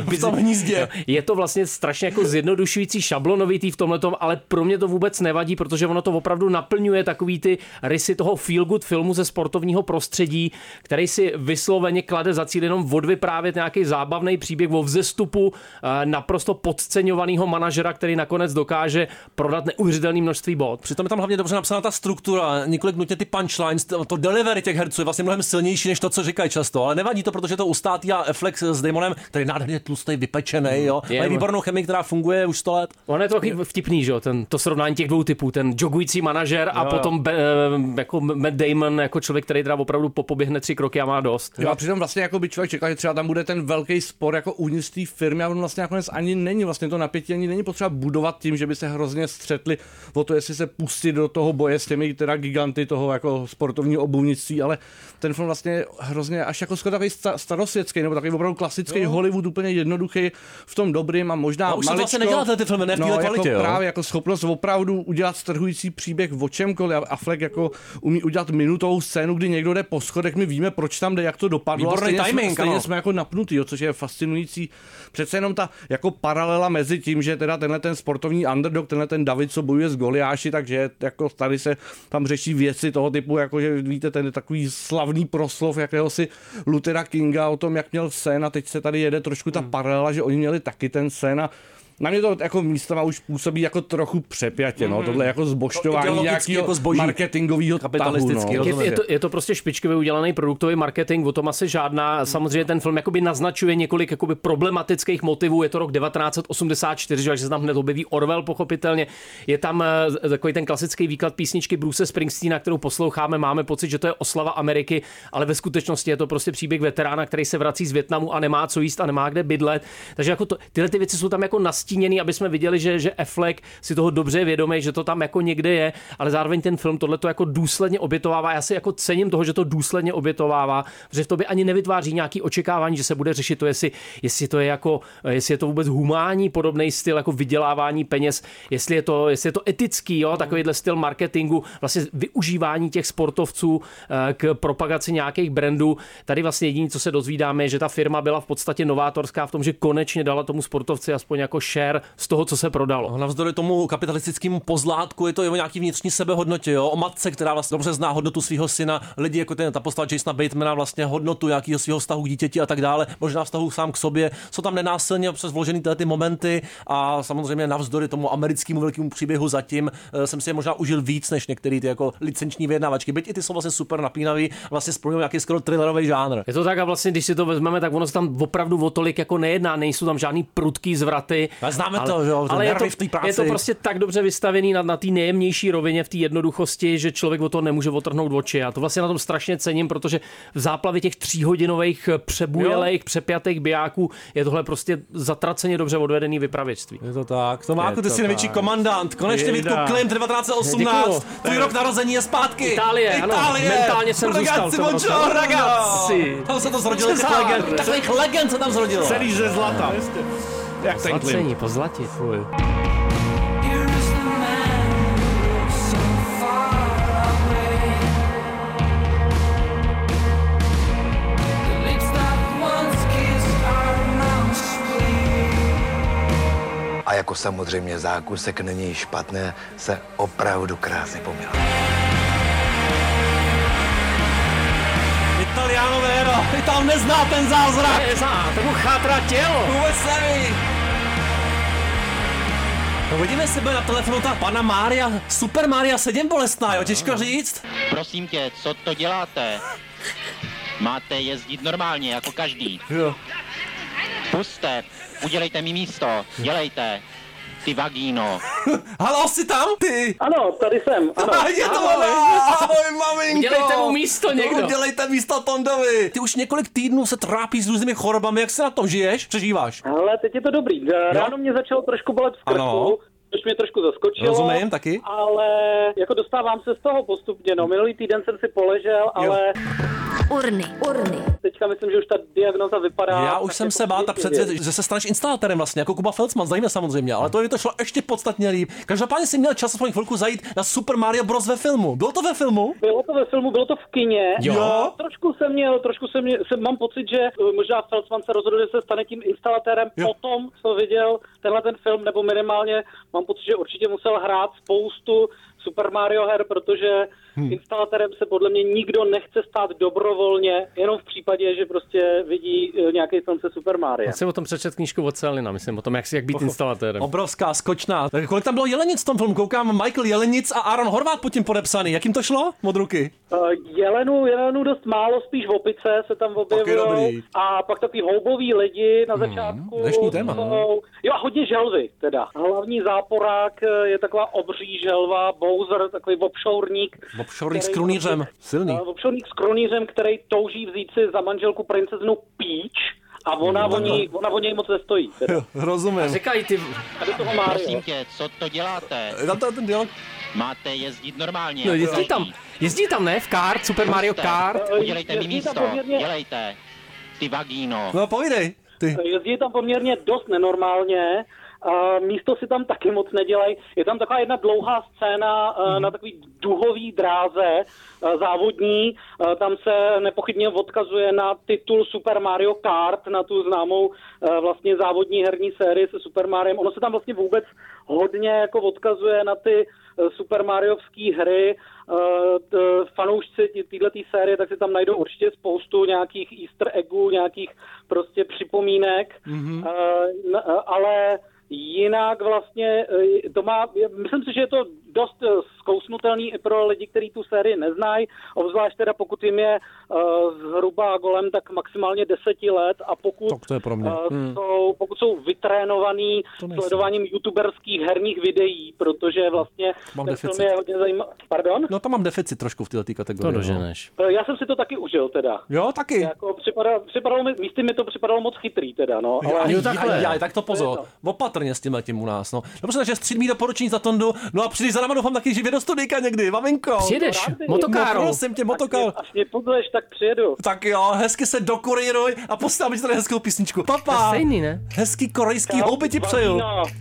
Speaker 6: je to vlastně strašně jako zjednodušující, šablonovitý v tomhletom, ale pro mě to vůbec nevadí, protože ono to opravdu naplňuje takový ty rysy toho feel good filmu ze sportovního prostředí, který si vysloveně klade za cíl jenom odvyprávět nějaký zábavný příběh o vzestupu naprosto podceňovaného manažera, který nakonec dokáže prodat neuvěřitelné množství bod.
Speaker 5: Přitom je tam hlavně dobře napsaná ta struktura, několik nutně ty punchlines, to delivery těch herců je vlastně mnohem silnější než to, co říkají často, ale nevadí to, protože to ustátí a Affleck s Damonem, který je nádherně tlustý, vypečený, jo. Mají výbornou chemii, která funguje už 100 let.
Speaker 6: On je to takový vtipný, že jo, to srovnání těch dvou typů, ten jogující manažer a potom jako Matt Damon, jako člověk, který teda opravdu poběhne 3 kroky a má dost.
Speaker 9: Jo, a přitom vlastně jako by člověk čekal, že třeba tam bude ten velký spor jako uvnitř té firmy a on vlastně nakonec ani není, vlastně to napětí ani není potřeba budovat tím, že by se hrozně střetli o to, jestli se pustit do toho boje s těmi teda giganty toho jako sportovního obuvnictví, ale ten film vlastně hrozně až jako skoro takový starosvětský nebo takový opravdu klasický Hollywood, úplně jednoduchý v tom dobrým a možná
Speaker 5: už
Speaker 9: maličko,
Speaker 5: vlastně neděláte ty filmy, ne v téhle kvalitě,
Speaker 9: jako
Speaker 5: jo?
Speaker 9: Právě jako schopnost opravdu udělat strhující příběh o čemkoliv. A Affleck jako umí udělat minutovou scénu, kdy někdo jde po schodech, my víme, proč tam jde, jak to dopadlo.
Speaker 5: Výborný
Speaker 9: Stejně jsme jako napnutý, jo, což je fascinující. Přece jenom ta jako paralela mezi tím, že teda tenhle ten sportovní underdog, tenhle ten David, co bojuje s Goliáši, takže jako tady se tam řeší věci toho typu, jako že víte, ten takový slavný proslov jakéhosi Luthera Kinga o tom, jak měl sen, a teď se tady jede trošku ta paralela, že oni měli taky ten sen a na mě to jako místama už působí jako trochu přepjatě, no. Tohle jako zbožťování nějakého jako marketingového tahu, no.
Speaker 6: Je to prostě špičkově udělaný produktový marketing, o tom asi žádná. Samozřejmě ten film jakoby naznačuje několik jakoby problematických motivů. Je to rok 1984, že se tam hned objeví Orwell, pochopitelně. Je tam takový ten klasický výklad písničky Bruce Springsteena, kterou posloucháme, máme pocit, že to je oslava Ameriky, ale ve skutečnosti je to prostě příběh veterána, který se vrací z Vietnamu a nemá co jíst a nemá kde bydlet. Takže jako tyhle ty věci jsou tam jako nastíněný, aby jsme viděli, že Affleck si toho dobře vědomý, že to tam jako někde je, ale zároveň ten film tohleto jako důsledně obětovává. Já si jako cením toho, že to důsledně obětovává, protože v tobě ani nevytváří nějaký očekávání, že se bude řešit to, jestli to je jako, jestli je to vůbec humánní podobný styl jako vydělávání peněz, jestli je to etický, jo, takovýhle styl marketingu, vlastně využívání těch sportovců k propagaci nějakých brandů. Tady vlastně jediné, co se dozvídáme, je, že ta firma byla v podstatě novátorská v tom, že konečně dala tomu sportovci aspoň jako share z toho, co se prodalo.
Speaker 5: Navzdory tomu kapitalistickému pozlátku je to i o nějaký vnitřní sebehodnotě, jo? O matce, která vlastně dobře zná hodnotu svého syna, lidi jako ta postava Jasona Batemana, vlastně hodnotu nějakého svého vztahu k dítěti a tak dále, možná vztahu sám k sobě, jsou tam nenásilně přes vložený ty momenty a samozřejmě navzdory tomu americkému velkému příběhu zatím jsem si je možná užil víc než některé ty jako licenční vyjednávačky. Byť i ty jsou vlastně super napínavý, vlastně splňují nějaký skoro thrillerový žánr.
Speaker 6: Je to tak a vlastně když si to vezmeme, tak ono se tam opravdu o tolik jako nejedná, nejsou tam žádný prudký zvraty.
Speaker 5: Známe to, jo,
Speaker 6: ale je to prostě tak dobře vystavený na té nejjemnější rovině, v té jednoduchosti, že člověk o to nemůže otrhnout oči. A to vlastně na tom strašně cením, protože v záplavě těch 3hodinových přebujelých, přepjatých bijáků je tohle prostě zatraceně dobře odvedený vypravěčství.
Speaker 5: Je to tak. Tomáku, ty jsi největší komandant. Konečně Vítku Klimt 1918. Tvůj rok narození je zpátky.
Speaker 6: Itálie. Ano, mentálně jsem zůstal.
Speaker 5: Ragazzi. Tam se to zrodilo takových legend se tam zrodilo.
Speaker 9: Celý ze zlata. Jak ten Klimt.
Speaker 6: Pozlatit.
Speaker 18: jako samozřejmě zákusek není špatné, se opravdu krásně pomyl.
Speaker 5: Italiano Vero, ty tam nezná ten zázrak.
Speaker 6: Nezná, tomu chátrá tělo.
Speaker 5: Vůbec neví. No vidíme, jestli bude na telefonu ta pana Mária, Super Mária 7 bolestná, jo, těžko říct.
Speaker 19: Prosím tě, co to děláte? Máte jezdit normálně, jako každý.
Speaker 5: Jo.
Speaker 19: Puste, udělejte mi místo, dělejte. Ty vagíno.
Speaker 5: Halo, jsi tam? Ty.
Speaker 20: Ano, tady jsem. Ano.
Speaker 5: Je to ona. Ahoj, maminko.
Speaker 6: Udělejte mu místo někdo.
Speaker 5: Udělejte místo Tondovi. Ty už několik týdnů se trápíš s různými chorobami, jak se na tom žiješ? Přežíváš?
Speaker 20: Hele, teď je to dobrý. Ráno mě začalo trošku bolet v krku. Což mě trošku zaskočilo.
Speaker 5: Rozumím, taky.
Speaker 20: Ale jako dostávám se z toho postupně, no. Minulý týden jsem si poležel, ale...
Speaker 16: Urny.
Speaker 20: Teďka myslím, že už ta diagnoza vypadá...
Speaker 5: Já už jsem se bál že se staneš instalátorem vlastně, jako Kuba Felsman, zajímavé samozřejmě, ale to by to šlo ještě podstatně líp. Každopádně jsi měl čas aspoň chvilku zajít na Super Mario Bros. Ve filmu. Bylo to ve filmu?
Speaker 20: Bylo to ve filmu, bylo to v kině.
Speaker 5: Jo.
Speaker 20: Trošku jsem mám pocit, že možná Felsman se rozhodl, že se stane tím instalatérem potom, co viděl tenhle ten film, nebo minimálně mám pocit, že určitě musel hrát spoustu Super Mario her, protože instalatérem se podle mě nikdo nechce stát dobrovolně, jenom v případě, že prostě vidí nějaký film se Super Mario.
Speaker 6: Já jsem o tom přečet knížku od Celina, myslím o tom, jak být instalatérem.
Speaker 5: Obrovská, skočná. Tak kolik tam bylo Jelenic v tom filmu? Koukám, Michael Jelenic a Aaron Horváth pod tím podepsaný. Jak jim to šlo od ruky?
Speaker 20: Jelenu dost málo, spíš v opice se tam objevujou. A pak takový houbový lidi na začátku.
Speaker 5: Dnešní téma.
Speaker 20: Jo, a hodně želvy teda. Hlavní záporák je taková obří želva, Bowser, takový obšourník.
Speaker 5: Obšourník s krunýřem. Silný.
Speaker 20: Obšourník s krunýřem, který touží vzít si za manželku princeznu Peach. A ona o něj moc nestojí.
Speaker 5: Jo, rozumím. A
Speaker 6: říkají ty...
Speaker 20: A do toho Mario.
Speaker 19: Prosím tě, co to děláte?
Speaker 5: Na to ten dialog.
Speaker 19: Máte jezdit normálně.
Speaker 6: No, jezdí tam, ne? V kart, Super Mario Kart.
Speaker 19: Udělejte mi místo, dělejte. Ty vagíno.
Speaker 5: No, povídej. Ty.
Speaker 20: Jezdí tam poměrně dost nenormálně. Místo si tam taky moc nedělají. Je tam taková jedna dlouhá scéna na takový duhový dráze závodní. Tam se nepochybně odkazuje na titul Super Mario Kart, na tu známou vlastně závodní herní sérii se Super Mariem. Ono se tam vlastně vůbec hodně jako odkazuje na ty Super Mariovský hry. Fanoušci této série, tak si tam najdou určitě spoustu nějakých easter eggů, nějakých prostě připomínek, ale jinak vlastně to má, myslím si, že je to dost zkousnutelný i pro lidi, kteří tu sérii neznají, obzvlášť teda pokud jim je zhruba golem tak maximálně 10 let a pokud,
Speaker 5: to je pro mě.
Speaker 20: pokud jsou vytrénovaný sledováním youtuberských herních videí, protože vlastně ten film je hodně zajímavý. Pardon?
Speaker 5: No to mám deficit trošku v této kategorii.
Speaker 6: To doženeš.
Speaker 20: Já jsem si to taky užil teda.
Speaker 5: Jo, taky.
Speaker 20: Jako místy mi to připadalo moc chytrý teda, no.
Speaker 5: Ale tak to pozor. Opatrně s tímhletím u nás, no. Dobře, takže střídmý doporučení za Tondu. No a přijdeš za náma, doufám taky živě do studijka někdy, maminko.
Speaker 6: Přijedeš, motokárou.
Speaker 20: No,
Speaker 5: prosím tě, motokár.
Speaker 20: Až mě pozveš, tak přijedu.
Speaker 5: Tak jo, hezky se dokurýruj a postavím tady hezkou písničku. Papa.
Speaker 6: Stejný, ne?
Speaker 5: Hezký korejský houby ti přeju.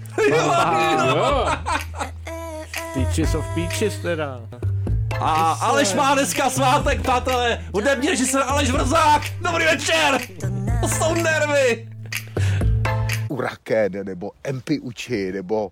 Speaker 9: Peaches of Peaches teda.
Speaker 5: A Aleš má dneska svátek, přátelé. Hudební režisér Aleš Vrzák. Dobrý večer. To jsou nervy.
Speaker 18: Uraken, nebo MP Uchi, nebo...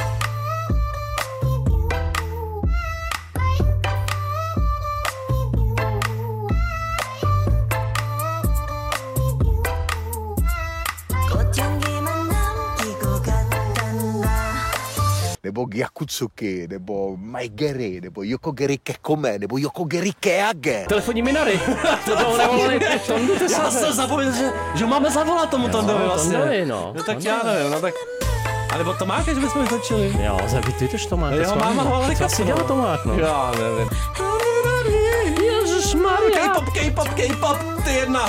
Speaker 18: nebo Gyakutsuki, nebo Maigeri, nebo Yokogeri Kekome, nebo Yokogeri Keage.
Speaker 6: Telefonní minary. To bylo nevolali Tondu.
Speaker 5: Já jsem zapomněl, že máme zavolat tomu Tondovi vlastně.
Speaker 6: Tondovi, no.
Speaker 5: No tak já nevím, no tak... A nebo Tomáka, že bychom vytočili.
Speaker 6: Jo, ty tož Tomáka.
Speaker 5: Jo, máma ho ale
Speaker 6: co si dělal Tomák, no.
Speaker 5: Já nevím.
Speaker 6: Ježišmarja.
Speaker 5: K-pop, ty jedna.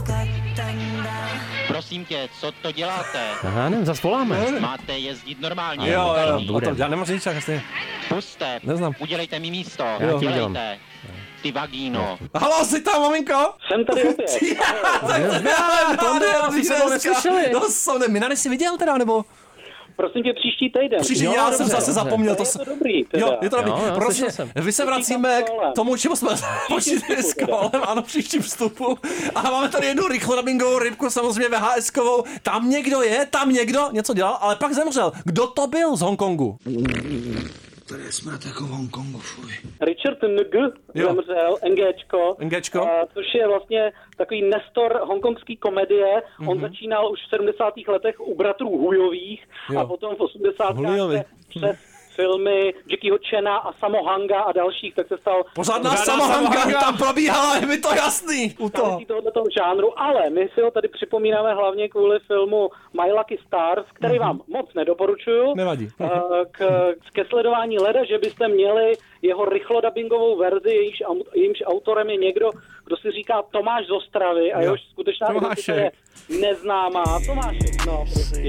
Speaker 19: Prosím tě, co to děláte?
Speaker 6: Aha, nevím, zas voláme.
Speaker 19: Máte jezdit normálně.
Speaker 5: Jo, já nemám řidičák, jasně.
Speaker 19: Puste, udělejte mi místo, dělejte. Ty vagíno.
Speaker 5: Halo, jsi tam, maminko?
Speaker 20: Jsem tady opět.
Speaker 5: Minary jsi viděl teda, nebo?
Speaker 20: Prosím tě, příští týden.
Speaker 5: Já jsem zase zapomněl.
Speaker 20: To je to dobrý. Teda.
Speaker 5: Jo, je to dobrý. Prostě, vy se vracíme k tomu, čemu jsme počítali s kolem, ano, příštím vstupu. A máme tady jednu rychlodabingovou rybku, samozřejmě VHS-kovou. Tam někdo něco dělal, ale pak zemřel. Kdo to byl z Hongkongu?
Speaker 2: Tady je smrt jako v Hongkongu, fuj.
Speaker 20: Richard Ng zemřel, NGčko, což je vlastně takový nestor hongkongský komedie. On začínal už v 70. letech u bratrů Hujových a potom v 80. přes filmy Jackieho Chana a Sammo Hanga a dalších, tak se stal...
Speaker 5: Pořádná Sammo Hanga tam probíhala, je mi to jasný.
Speaker 20: Tohoto žánru, ale my si ho tady připomínáme hlavně kvůli filmu My Lucky Stars, který vám moc nedoporučuju.
Speaker 5: Nevadí.
Speaker 20: Ke sledování leda, že byste měli jeho rychlodabingovou verzi, jejímž autorem je někdo, kdo si říká Tomáš z Ostravy a jehož skutečná identita je neznámá. Tomášek, no prostě.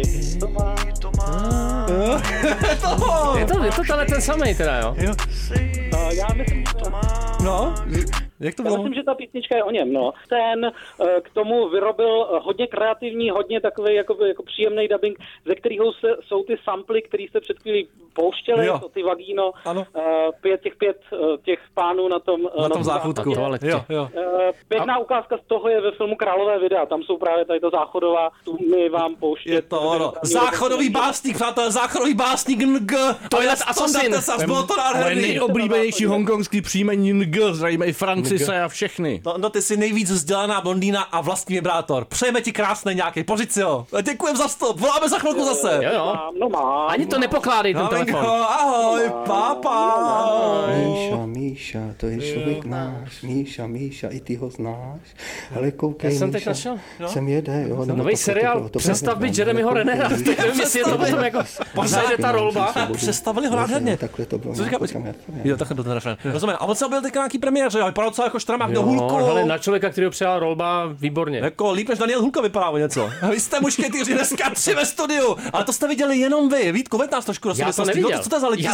Speaker 6: Je to ten samej teda, jo?
Speaker 20: Já myslím, že...
Speaker 5: No, jak to bylo?
Speaker 20: Já myslím, že ta písnička je o něm, no. Ten k tomu vyrobil hodně kreativní, hodně takový jako příjemný dubbing, ze kterého jsou ty samply, které jste před chvílí pouštěli, to ty Vagino, těch pánů na tom
Speaker 5: záchodku.
Speaker 20: Pěkná ukázka z toho je ve filmu Králové videa, tam jsou právě tady to záchodová, tu my vám pouštět.
Speaker 5: Je to ono. Záchodový básník, přátelé, záchodový básník Ng.
Speaker 6: Toilet Assassin.
Speaker 5: Bylo to nádherný.
Speaker 9: Nejoblíbenější hongkongský příjmení Ng, zdravíme i Francise a všechny.
Speaker 5: No ty jsi nejvíc vzdělaná blondýna a vlastní vibrátor. Přejeme ti krásný nějaký, pořiď si ho. Děkujem za vstup, voláme za chvilku zase.
Speaker 6: Jo. Ani to nepokládej ten telefon.
Speaker 5: Ahoj, papa.
Speaker 21: Míša, to je člověk náš. Míša, i ty ho znáš. Ale koukej,
Speaker 6: já jsem teď našel.
Speaker 21: Sem jede, jo.
Speaker 6: Nový seriál, přestav být Jeremyho Renera. Nevím, jestli je to potom jako zajde ta rolba.
Speaker 5: Přestavili ho nádherně.
Speaker 21: Takhle to bylo.
Speaker 5: Co říká, jo, takhle to ten refrén. Rozumím. A on se byl teď nějaký premiéře, vypadal co jako Štramák do Hulku.
Speaker 6: Ale na člověka, který ho přijal rolba, výborně.
Speaker 5: Jako líp než Daniel Hulka vypadá o něco. Vy jste mušketýři dneska 3 ve studiu. Ale to jste viděli jenom vy. Vítku, veď nás trošku do souvislosti. Co to za lidi?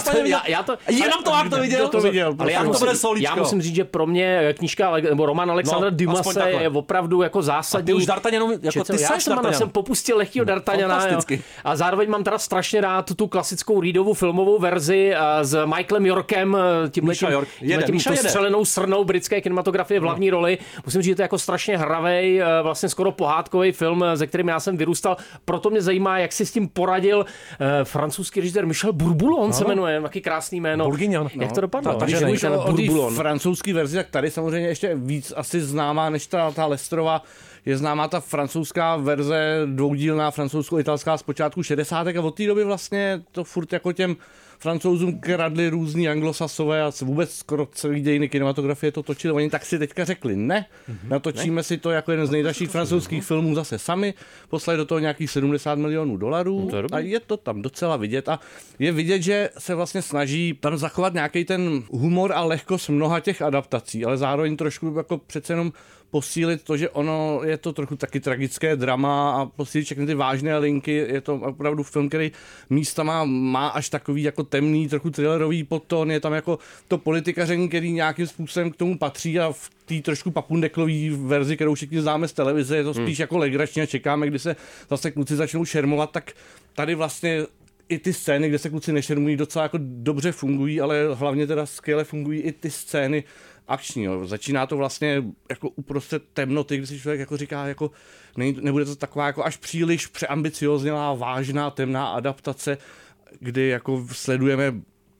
Speaker 5: Jenom to to viděl.
Speaker 6: Ale já musím říct, že pro mě knížka nebo román Alexandra Dumase je opravdu jako zásadní.
Speaker 5: Ty už D'Artagnanu, jako ty
Speaker 6: jsem popustil lehkýho D'Artagnana a zároveň mám teda strašně rád tu klasickou Reedovu filmovou verzi s Michaelem Yorkem, tímhle tím střelenou srnou britské kinematografie v hlavní roli. Musím říct, že to je jako strašně hravej, vlastně skoro pohádkový film, ze kterým já jsem vyrůstal. Proto mě zajímá, jak si s tím poradil francouzský režisér Michel Bourboulon, se jmenuje, taky krásný jméno.
Speaker 5: Bourguignon.
Speaker 6: Jak to dopadlo?
Speaker 9: Takže už o francouzský verzi, tak tady samozřejmě ještě víc asi známá než ta Lesterova. Je známá ta francouzská verze, dvoudílná francouzsko-italská z počátku 60. a od té doby vlastně to furt jako těm Francouzům kradli různý anglosasové a vůbec skoro celý dějiny kinematografie to točili. Oni tak si teďka řekli, natočíme si to jako jeden z nejdražších francouzských filmů zase sami, poslali do toho nějakých $70 milionů a je to tam docela vidět a je vidět, že se vlastně snaží tam zachovat nějaký ten humor a lehkost mnoha těch adaptací, ale zároveň trošku jako přece jenom posílit to, že ono je to trochu taky tragické drama a posílit všechny ty vážné linky. Je to opravdu film, který místama má až takový jako temný, trochu thrillerový podton. Je tam jako to politikaření, který nějakým způsobem k tomu patří a v té trošku papundeklový verzi, kterou všichni známe z televize, je to spíš jako legrační a čekáme, kdy se zase kluci začnou šermovat, tak tady vlastně i ty scény, kde se kluci nešermují, docela jako dobře fungují, ale hlavně teda skvěle fungují i ty scény akční. Jo. Začíná to vlastně jako uprostřed temnoty, kdy si člověk jako říká, jako nebude to taková jako až příliš přeambicioznělá, vážná, temná adaptace, kdy jako sledujeme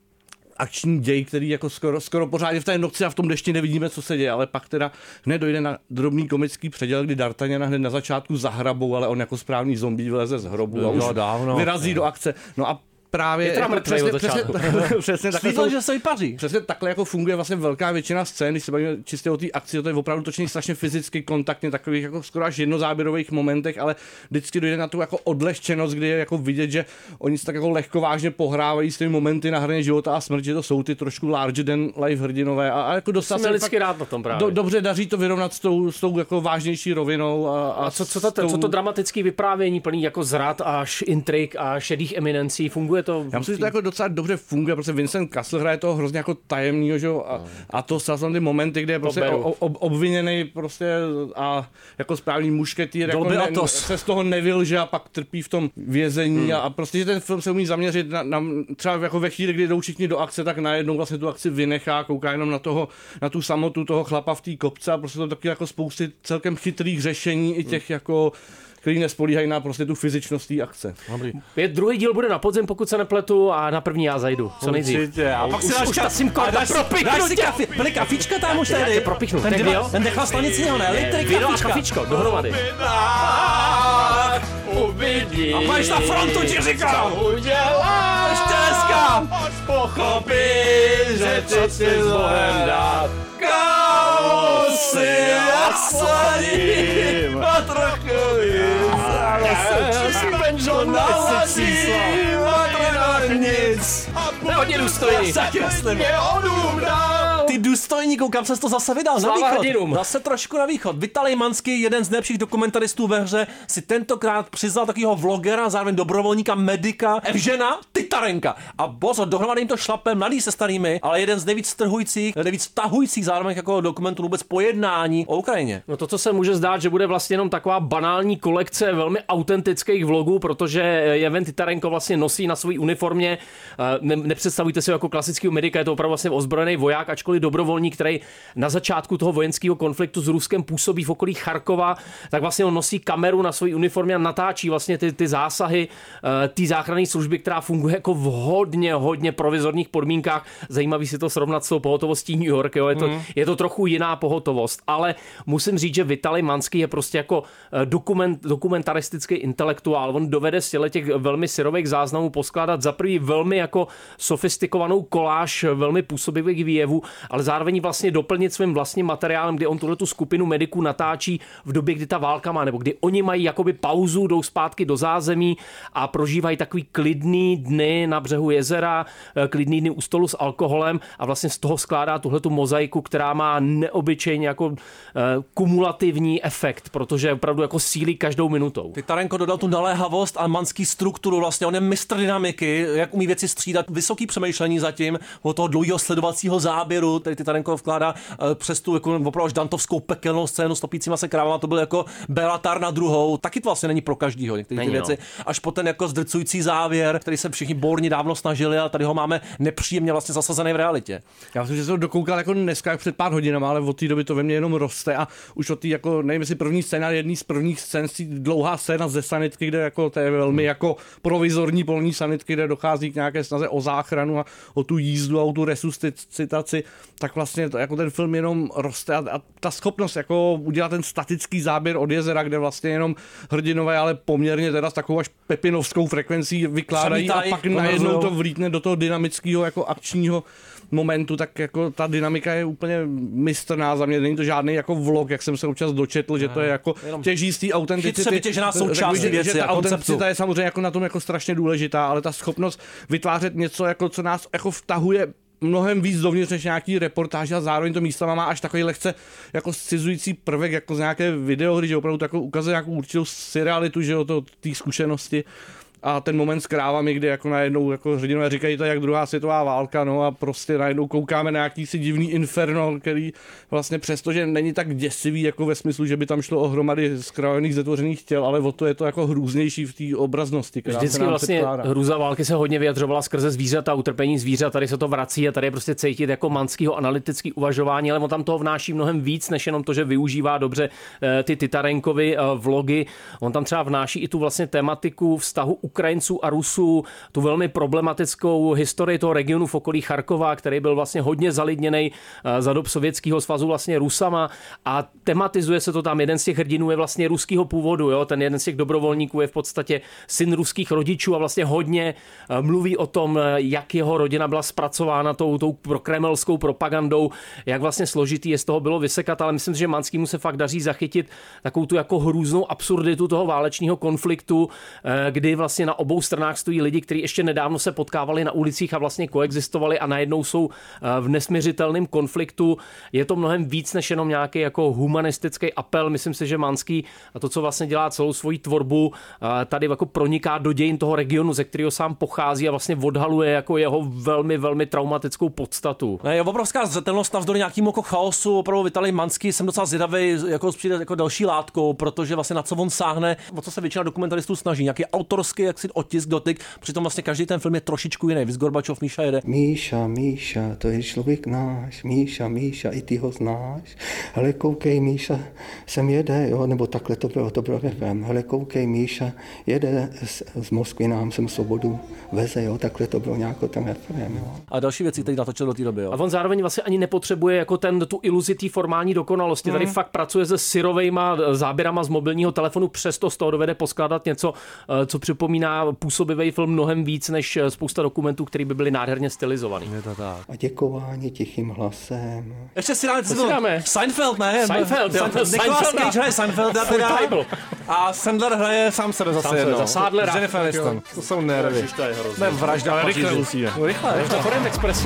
Speaker 9: akční děj, který jako skoro pořádně v té noci a v tom dešti nevidíme, co se děje, ale pak teda hned dojde na drobný komický předěl, kdy D'Artagnana hned na začátku zahrabou, ale on jako správný zombie vyleze z hrobu a už vyrazí do akce. No a právě přesně takhle,
Speaker 5: že se vypaří.
Speaker 9: Přesně takhle jako funguje vlastně velká většina scén, když se bavíme čistě o té akci, to je opravdu točený strašně fyzicky kontaktně, takových jako skoro až jednozáběrových momentech, ale vždycky dojde na tu jako odlehčenost, kdy je jako vidět, že oni se tak jako lehkovážně pohrávají s těmi momenty na hraně života a smrti, že to jsou ty trošku larger than life hrdinové a jako dostat se
Speaker 6: lidsky rád na tom právě.
Speaker 9: Dobře daří to vyrovnat s tou jako vážnější rovinou
Speaker 6: a co to dramatické vyprávění plný jako zrad až intrik a šedých eminencí funguje funguje to.
Speaker 9: Já myslím, že to jako docela dobře funguje, protože Vincent Cassel hraje toho hrozně jako tajemnýho, že? A to jsou ty momenty, kde je prostě obviněný prostě a jako správný mušketýr jako se z toho nevylže a pak trpí v tom vězení a prostě, že ten film se umí zaměřit na třeba jako ve chvíli, kdy jdou všichni do akce, tak najednou vlastně tu akci vynechá, kouká jenom na tu samotu toho chlapa v té kopce a prostě to taky jako spousty celkem chytrých řešení i těch jako který nespolíhají na prostě tu fyzičnost té akce.
Speaker 6: Druhý díl bude na podzim, pokud se nepletu, a na první já zajdu. Co nejdřív.
Speaker 5: Určitě. A pak si dáš kafička tam už tady.
Speaker 6: Propichnu.
Speaker 5: Ten nechal stanici, ne? Litry
Speaker 6: víno a kafičko, dohromady.
Speaker 5: A pojď na frontu, ti říkám! Uděláš dneska! Pochopíš, že ty si zvolen dát. Kausy a slaním a trochu víc. A penžo naladím a trochu nic.
Speaker 6: Nehodně důstojný.
Speaker 5: Mě Ty důstojníku, kam ses to zase vydal?
Speaker 6: Slava
Speaker 5: na východ.
Speaker 6: Hrdinům.
Speaker 5: Zase trošku na východ. Vitalij Manský, jeden z nejlepších dokumentaristů ve hře, si tentokrát přiznal takového vlogera, zároveň dobrovolníka, medika, Evžena Titarenka. A pozor, dohromady jim to šlape, mladý se starými, ale jeden z nejvíc vtahujících zároveň jako dokumentů vůbec pojednání o Ukrajině.
Speaker 6: No to, co se může zdát, že bude vlastně jenom taková banální kolekce velmi autentických vlogů, protože Jeven Titarenko vlastně nosí na své uniformě, nepředstavujte si jako klasického medika, je to opravdu vlastně ozbrojený voják, ačkoliv dobrovolník, který na začátku toho vojenského konfliktu s Ruskem působí v okolí Charkova, tak vlastně on nosí kameru na své uniformě a natáčí vlastně ty zásahy té záchranné služby, která funguje jako v hodně provizorních podmínkách. Zajímavý si to srovnat s tou pohotovostí New York, jo? Je to trochu jiná pohotovost, ale musím říct, že Vitalij Manský je prostě jako dokumentaristický intelektuál. On dovede z těch velmi syrových záznamů poskládat za prvý velmi jako sofistikovanou koláž velmi působivých výjevů, ale zároveň vlastně doplnit svým vlastním materiálem, kdy on tu skupinu mediků natáčí v době, kdy ta válka má, nebo kdy oni mají jakoby pauzu, jdou zpátky do zázemí a prožívají takový klidný dny na břehu jezera, klidný dny u stolu s alkoholem a vlastně z toho skládá tuhletu mozaiku, která má neobyčejně jako kumulativní efekt, protože opravdu jako sílí každou minutou.
Speaker 5: Titarenko dodal tu naléhavost a Manský strukturu, vlastně on je mistr dynamiky, jak umí věci střídat, vysoký přemýšlení zatím, od toho dlouhého sledovacího záběru, který Titarenko vkládá přes tu jako opravdu až dantovskou pekelnou scénu s topícíma se krávama, to byl jako Bélatar na druhou, taky to vlastně není pro každýho některé ty věci, až po ten jako zdrcující závěr, který se všichni borni dávno snažili a tady ho máme nepříjemně vlastně zasazený v realitě.
Speaker 9: Já myslím, že jsem to dokoukal jako dneska před pár hodinama, ale od té doby to ve mně jenom roste a už od té jako nevím, jestli první scéna, jedný z prvních scén, dlouhá scéna ze sanitky, kde jako to je velmi jako provizorní polní sanitky, kde dochází k nějaké snaze o záchranu a o tu jízdu a o tu resuscitaci, tak vlastně to, jako ten film jenom roste a ta schopnost jako udělat ten statický záběr od jezera, kde vlastně jenom hrdinové, ale poměrně teda s takovou až pepinovskou frekvencí vykládají a pak najednou to vlítne do toho dynamického jako akčního momentu, tak jako ta dynamika je úplně mistrná za mě. Není to žádný jako vlog, jak jsem se občas dočetl, že to je jako těží z té autenticity.
Speaker 5: Chytře vytěžená součástí věci.
Speaker 9: Že ta autenticita je samozřejmě jako na tom jako strašně důležitá, ale ta schopnost vytvářet něco, jako co nás jako vtahuje mnohem víc dovnitř než nějaký reportáž a zároveň to místama má až takový lehce jako scizující prvek, jako z nějaké videohry, že opravdu to jako ukazuje nějakou určitou surrealitu, že jo, té zkušenosti. A ten moment s krávami, kdy jako najednou jako hrdinové říkají to jak druhá světová válka, no a prostě najednou koukáme na jakýsi divný inferno, který vlastně přesto, že není tak děsivý jako ve smyslu, že by tam šlo o hromady zkrájených zetvořených těl, ale o to je to jako hrůznější v té obraznosti, která
Speaker 6: vždycky
Speaker 9: se nám
Speaker 6: vlastně
Speaker 9: předkládá.
Speaker 6: Hrůza války se hodně vyjadřovala skrze zvířata, utrpení zvířat, tady se to vrací a tady je prostě cítit jako Manskýho analytický uvažování, ale on tam toho vnáší mnohem víc, než jenom to, že využívá dobře ty Titarenkovy vlogy. On tam třeba vnáší i tu vlastně tematiku vztahu Ukrajinců a Rusů, tu velmi problematickou historii toho regionu v okolí Charkova, který byl vlastně hodně zalidněný za dob Sovětského svazu vlastně Rusama a tematizuje se to tam. Jeden z těch hrdinů je vlastně ruského původu, jo? Ten jeden z těch dobrovolníků je v podstatě syn ruských rodičů a vlastně hodně mluví o tom, jak jeho rodina byla zpracována tou prokremelskou propagandou, jak vlastně složitý je z toho bylo vysekat, ale myslím, že Manskýmu se fakt daří zachytit takovou tu jako hrůznou absurditu toho válečného konfliktu, kdy vlastně vlastně na obou stranách stojí lidi, kteří ještě nedávno se potkávali na ulicích a vlastně koexistovali a najednou jsou v nesměřitelném konfliktu. Je to mnohem víc než jenom nějaký jako humanistický apel. Myslím si, že Manský a to, co vlastně dělá celou svoji tvorbu, tady jako proniká do dějin toho regionu, ze kterého sám pochází a vlastně odhaluje jako jeho velmi, velmi traumatickou podstatu.
Speaker 5: Je obrovská zřetelnost navzdory nějakému jako chaosu. Opravdu Vitalij Manský, jsem docela zvědavý, jako přijde jako další látkou, protože vlastně na co on sáhne, o co se většina dokumentaristů snaží, nějaký autorský jaksi otisk, dotyk, přitom vlastně každý ten film je trošičku jiný. Víc Gorbačov, Míša jede.
Speaker 21: Míša, to je člověk náš, Míša, i ty ho znáš. Hele, koukej, Míša, sem jede, jo, nebo takhle to bylo FM. Hele, koukej, Míša, jede z Moskvy nám sem svobodu veze, jo, takhle to bylo nějako tam FM, jo.
Speaker 5: A další věci, které natočil do té doby, jo.
Speaker 6: A on zároveň vlastně ani nepotřebuje jako tu iluzi té formální dokonalosti. Tady fakt pracuje se syrovejma záběrama z mobilního telefonu, přesto z toho dovede poskládat něco, co připomíná působivý film mnohem víc než spousta dokumentů, které by byly nádherně stylizovaný.
Speaker 5: Je to tak.
Speaker 21: A děkování tichým hlasem.
Speaker 5: Ještě si dáme Seinfeld, ne?
Speaker 6: Seinfeld,
Speaker 5: Nicolas Cage hraje Seinfeld a Sandler hraje sám sebe zase jednou. Jennifer Aniston. To jsou nervy. To je vražda.
Speaker 9: Ale rychle musí.
Speaker 6: Rychle, na Orient Expressu.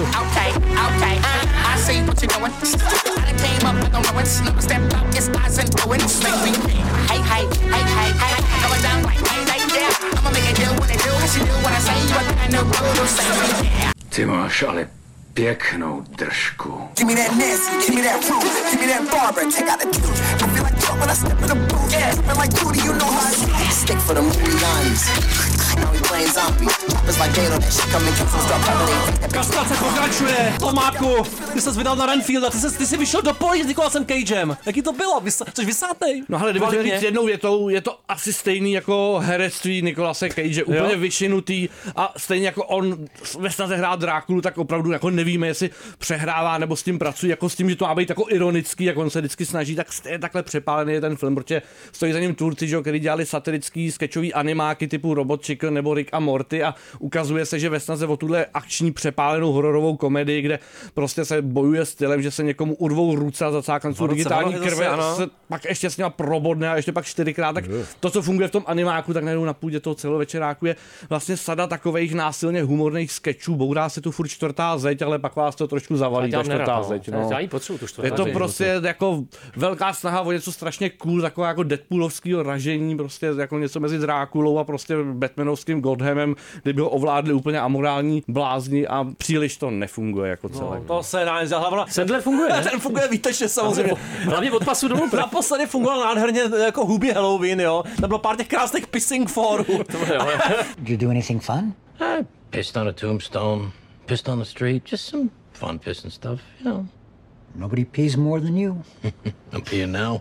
Speaker 15: Ty máš ale pěknou držku.
Speaker 12: Give me that Nancy, give me that fruit, give me that Barbara, take out the truth. I feel like Trump when I step in the booth. Yeah, feel like Rudy, you know how I stick for the movie lines. Now we playing zombie. Choppers like Gator, that shit come and kill some stuff.
Speaker 5: Kastace pokračuje. Tomáku, ty ses vydal na Renfielda, ty jsi vyšel do pojí s Nicolasem Cagem. Jaký to bylo? Což vysátej?
Speaker 9: No ale kdybych říct jednou větou, je to asi stejný jako herectví Nicolase Cage, úplně vyšinutý a stejně jako on ve snaze hrát Drákulu, tak opravdu jako nevíme, jestli přehrává nebo s tím pracuje, jako s tím, že to má být jako ironický, jak on se vždycky snaží, tak je takhle přepálený je ten film, protože stojí za ním tvůrci, že, který dělali satirický sketchový animáky typu Robot Chicken nebo Rick a Morty a ukazuje se, že ve snaze o tuhle akční přepálenou hororovou komedii, kde prostě se bojuje stylem, že se někomu urvou ruce a zacákne svou digitální krve, se pak ještě s něma probodne a ještě pak 4krát, tak to, co funguje v tom animáku, tak najednou na půdě toho celovečeráku je vlastně sada takových násilně humorných sketchů, bourá se tu furt čtvrtá zeď, ale pak vás to trošku zavalí, ta čtvrtá zeď. No.
Speaker 6: Já ji potřebuji tu čtvrtá
Speaker 9: je to zeď, prostě jako velká snaha o něco strašně cool, takové jako Deadpoolovského ražení, prostě jako něco mezi Drákulou a prostě Batmanovským Gothamem, kdyby ho ovládli úplně amorální blázni a příliš to nefunguje jako celé.
Speaker 5: No, to se dá nezahlavno.
Speaker 6: Sandler funguje, ne?
Speaker 5: Ten funguje výtečně samozřejmě.
Speaker 6: Hlavně od pasu domů.
Speaker 5: Naposledy fungoval nádherně jako Hubie Halloween, jo. Tam bylo pár těch krásných pissing forů.
Speaker 7: Did you do anything fun?
Speaker 22: I pissed on a tombstone, pissed on the street, just some fun pissing stuff, you know.
Speaker 7: Nobody pees more than you.
Speaker 22: I'm peeing now.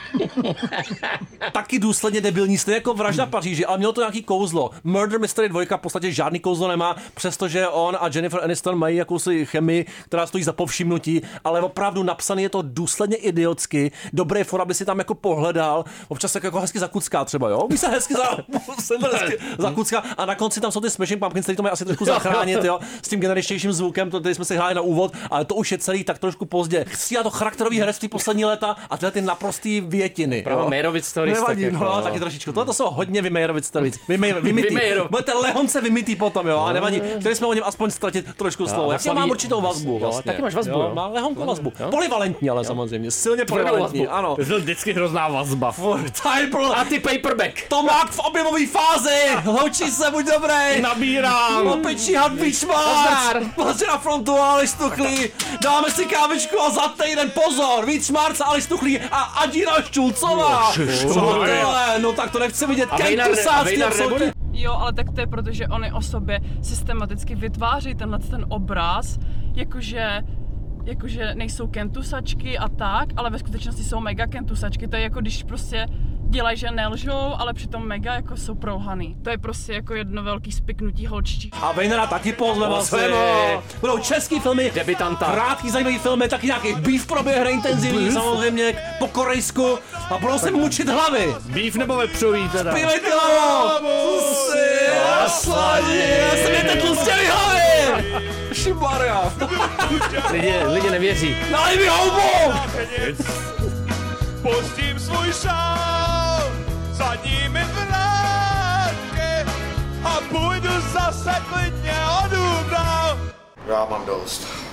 Speaker 5: Taky důsledně debilní, stejně jako Vražda v Paříži, ale mělo to nějaký kouzlo. Murder Mystery 2 v podstatě žádný kouzlo nemá, přestože on a Jennifer Aniston mají jakousi chemii, která stojí za povšimnutí, ale opravdu napsaný je to důsledně idiotsky. Dobrý for, aby si tam jako pohledal, občas jako hezky zakucká třeba, jo? Víš se hezky zakucká a na konci tam jsou ty Smashing Pumpkins, který to mají asi trošku zachránit, jo? S tím generičtějším zvukem, to tady jsme si hráli na úvod, ale to už je celý tak trošku pozdě. Střídá to charakterový herectví poslední léta a tyhle ty naprostý větiny.
Speaker 6: Právě Meyerowitz stories.
Speaker 5: Nevadí, tak jako, taky trošičku. To jsou hodně Meyerowitz stories. Vymytý. Budete lehonce vymytý potom, jo, a nevadí. Chtěli jsme o něm aspoň ztratit trošku slovo. Já mám určitou vazbu vlastně.
Speaker 6: Taky máš vazbu, jo?
Speaker 5: Má lehonkou vazbu. Polivalentní, ale samozřejmě. Silně polivalentní, ano.
Speaker 9: To je vždycky hrozná vazba.
Speaker 6: A ty paperback.
Speaker 5: Tomák v objevové fázi. Hloučí se, buď dobrý.
Speaker 9: Nabírám.
Speaker 5: Opečí Hadvíčmár. Pozor na frontu, Aleš Tuchlý. Dáme si kávičku a za týden pozor. Víc Šmárc, Aleš Tuchlý a Adina Šťulcová. No tak to nechci vidět.
Speaker 23: Jo, ale tak to je proto, že oni o sobě systematicky vytváří ten obraz, jakože nejsou kentusačky a tak, ale ve skutečnosti jsou mega kentusačky. To je jako když prostě dělají, že nelžou, ale přitom mega jako jsou prouhaný. To je prostě jako jedno velký spiknutí holčičí.
Speaker 5: A Vejnera taky pozveme. Budou český filmy,
Speaker 6: debitanta.
Speaker 5: Krátký zajímavý filmy, taky nějaký beef proběhne intenzivní, samozřejmě po korejsku a budou se mučit hlavy.
Speaker 9: Beef nebo vepřový teda?
Speaker 5: Zpívej ty hlavo! Pusy a sladí, já jsem je ten tlustěvý hlavy! Šibaria.
Speaker 6: Lidi nevěří.
Speaker 5: Nalej mi houbu!
Speaker 12: Pustím svůj šál, za nimi vrátky a
Speaker 8: se klidně odům dál.
Speaker 10: Já mám dost.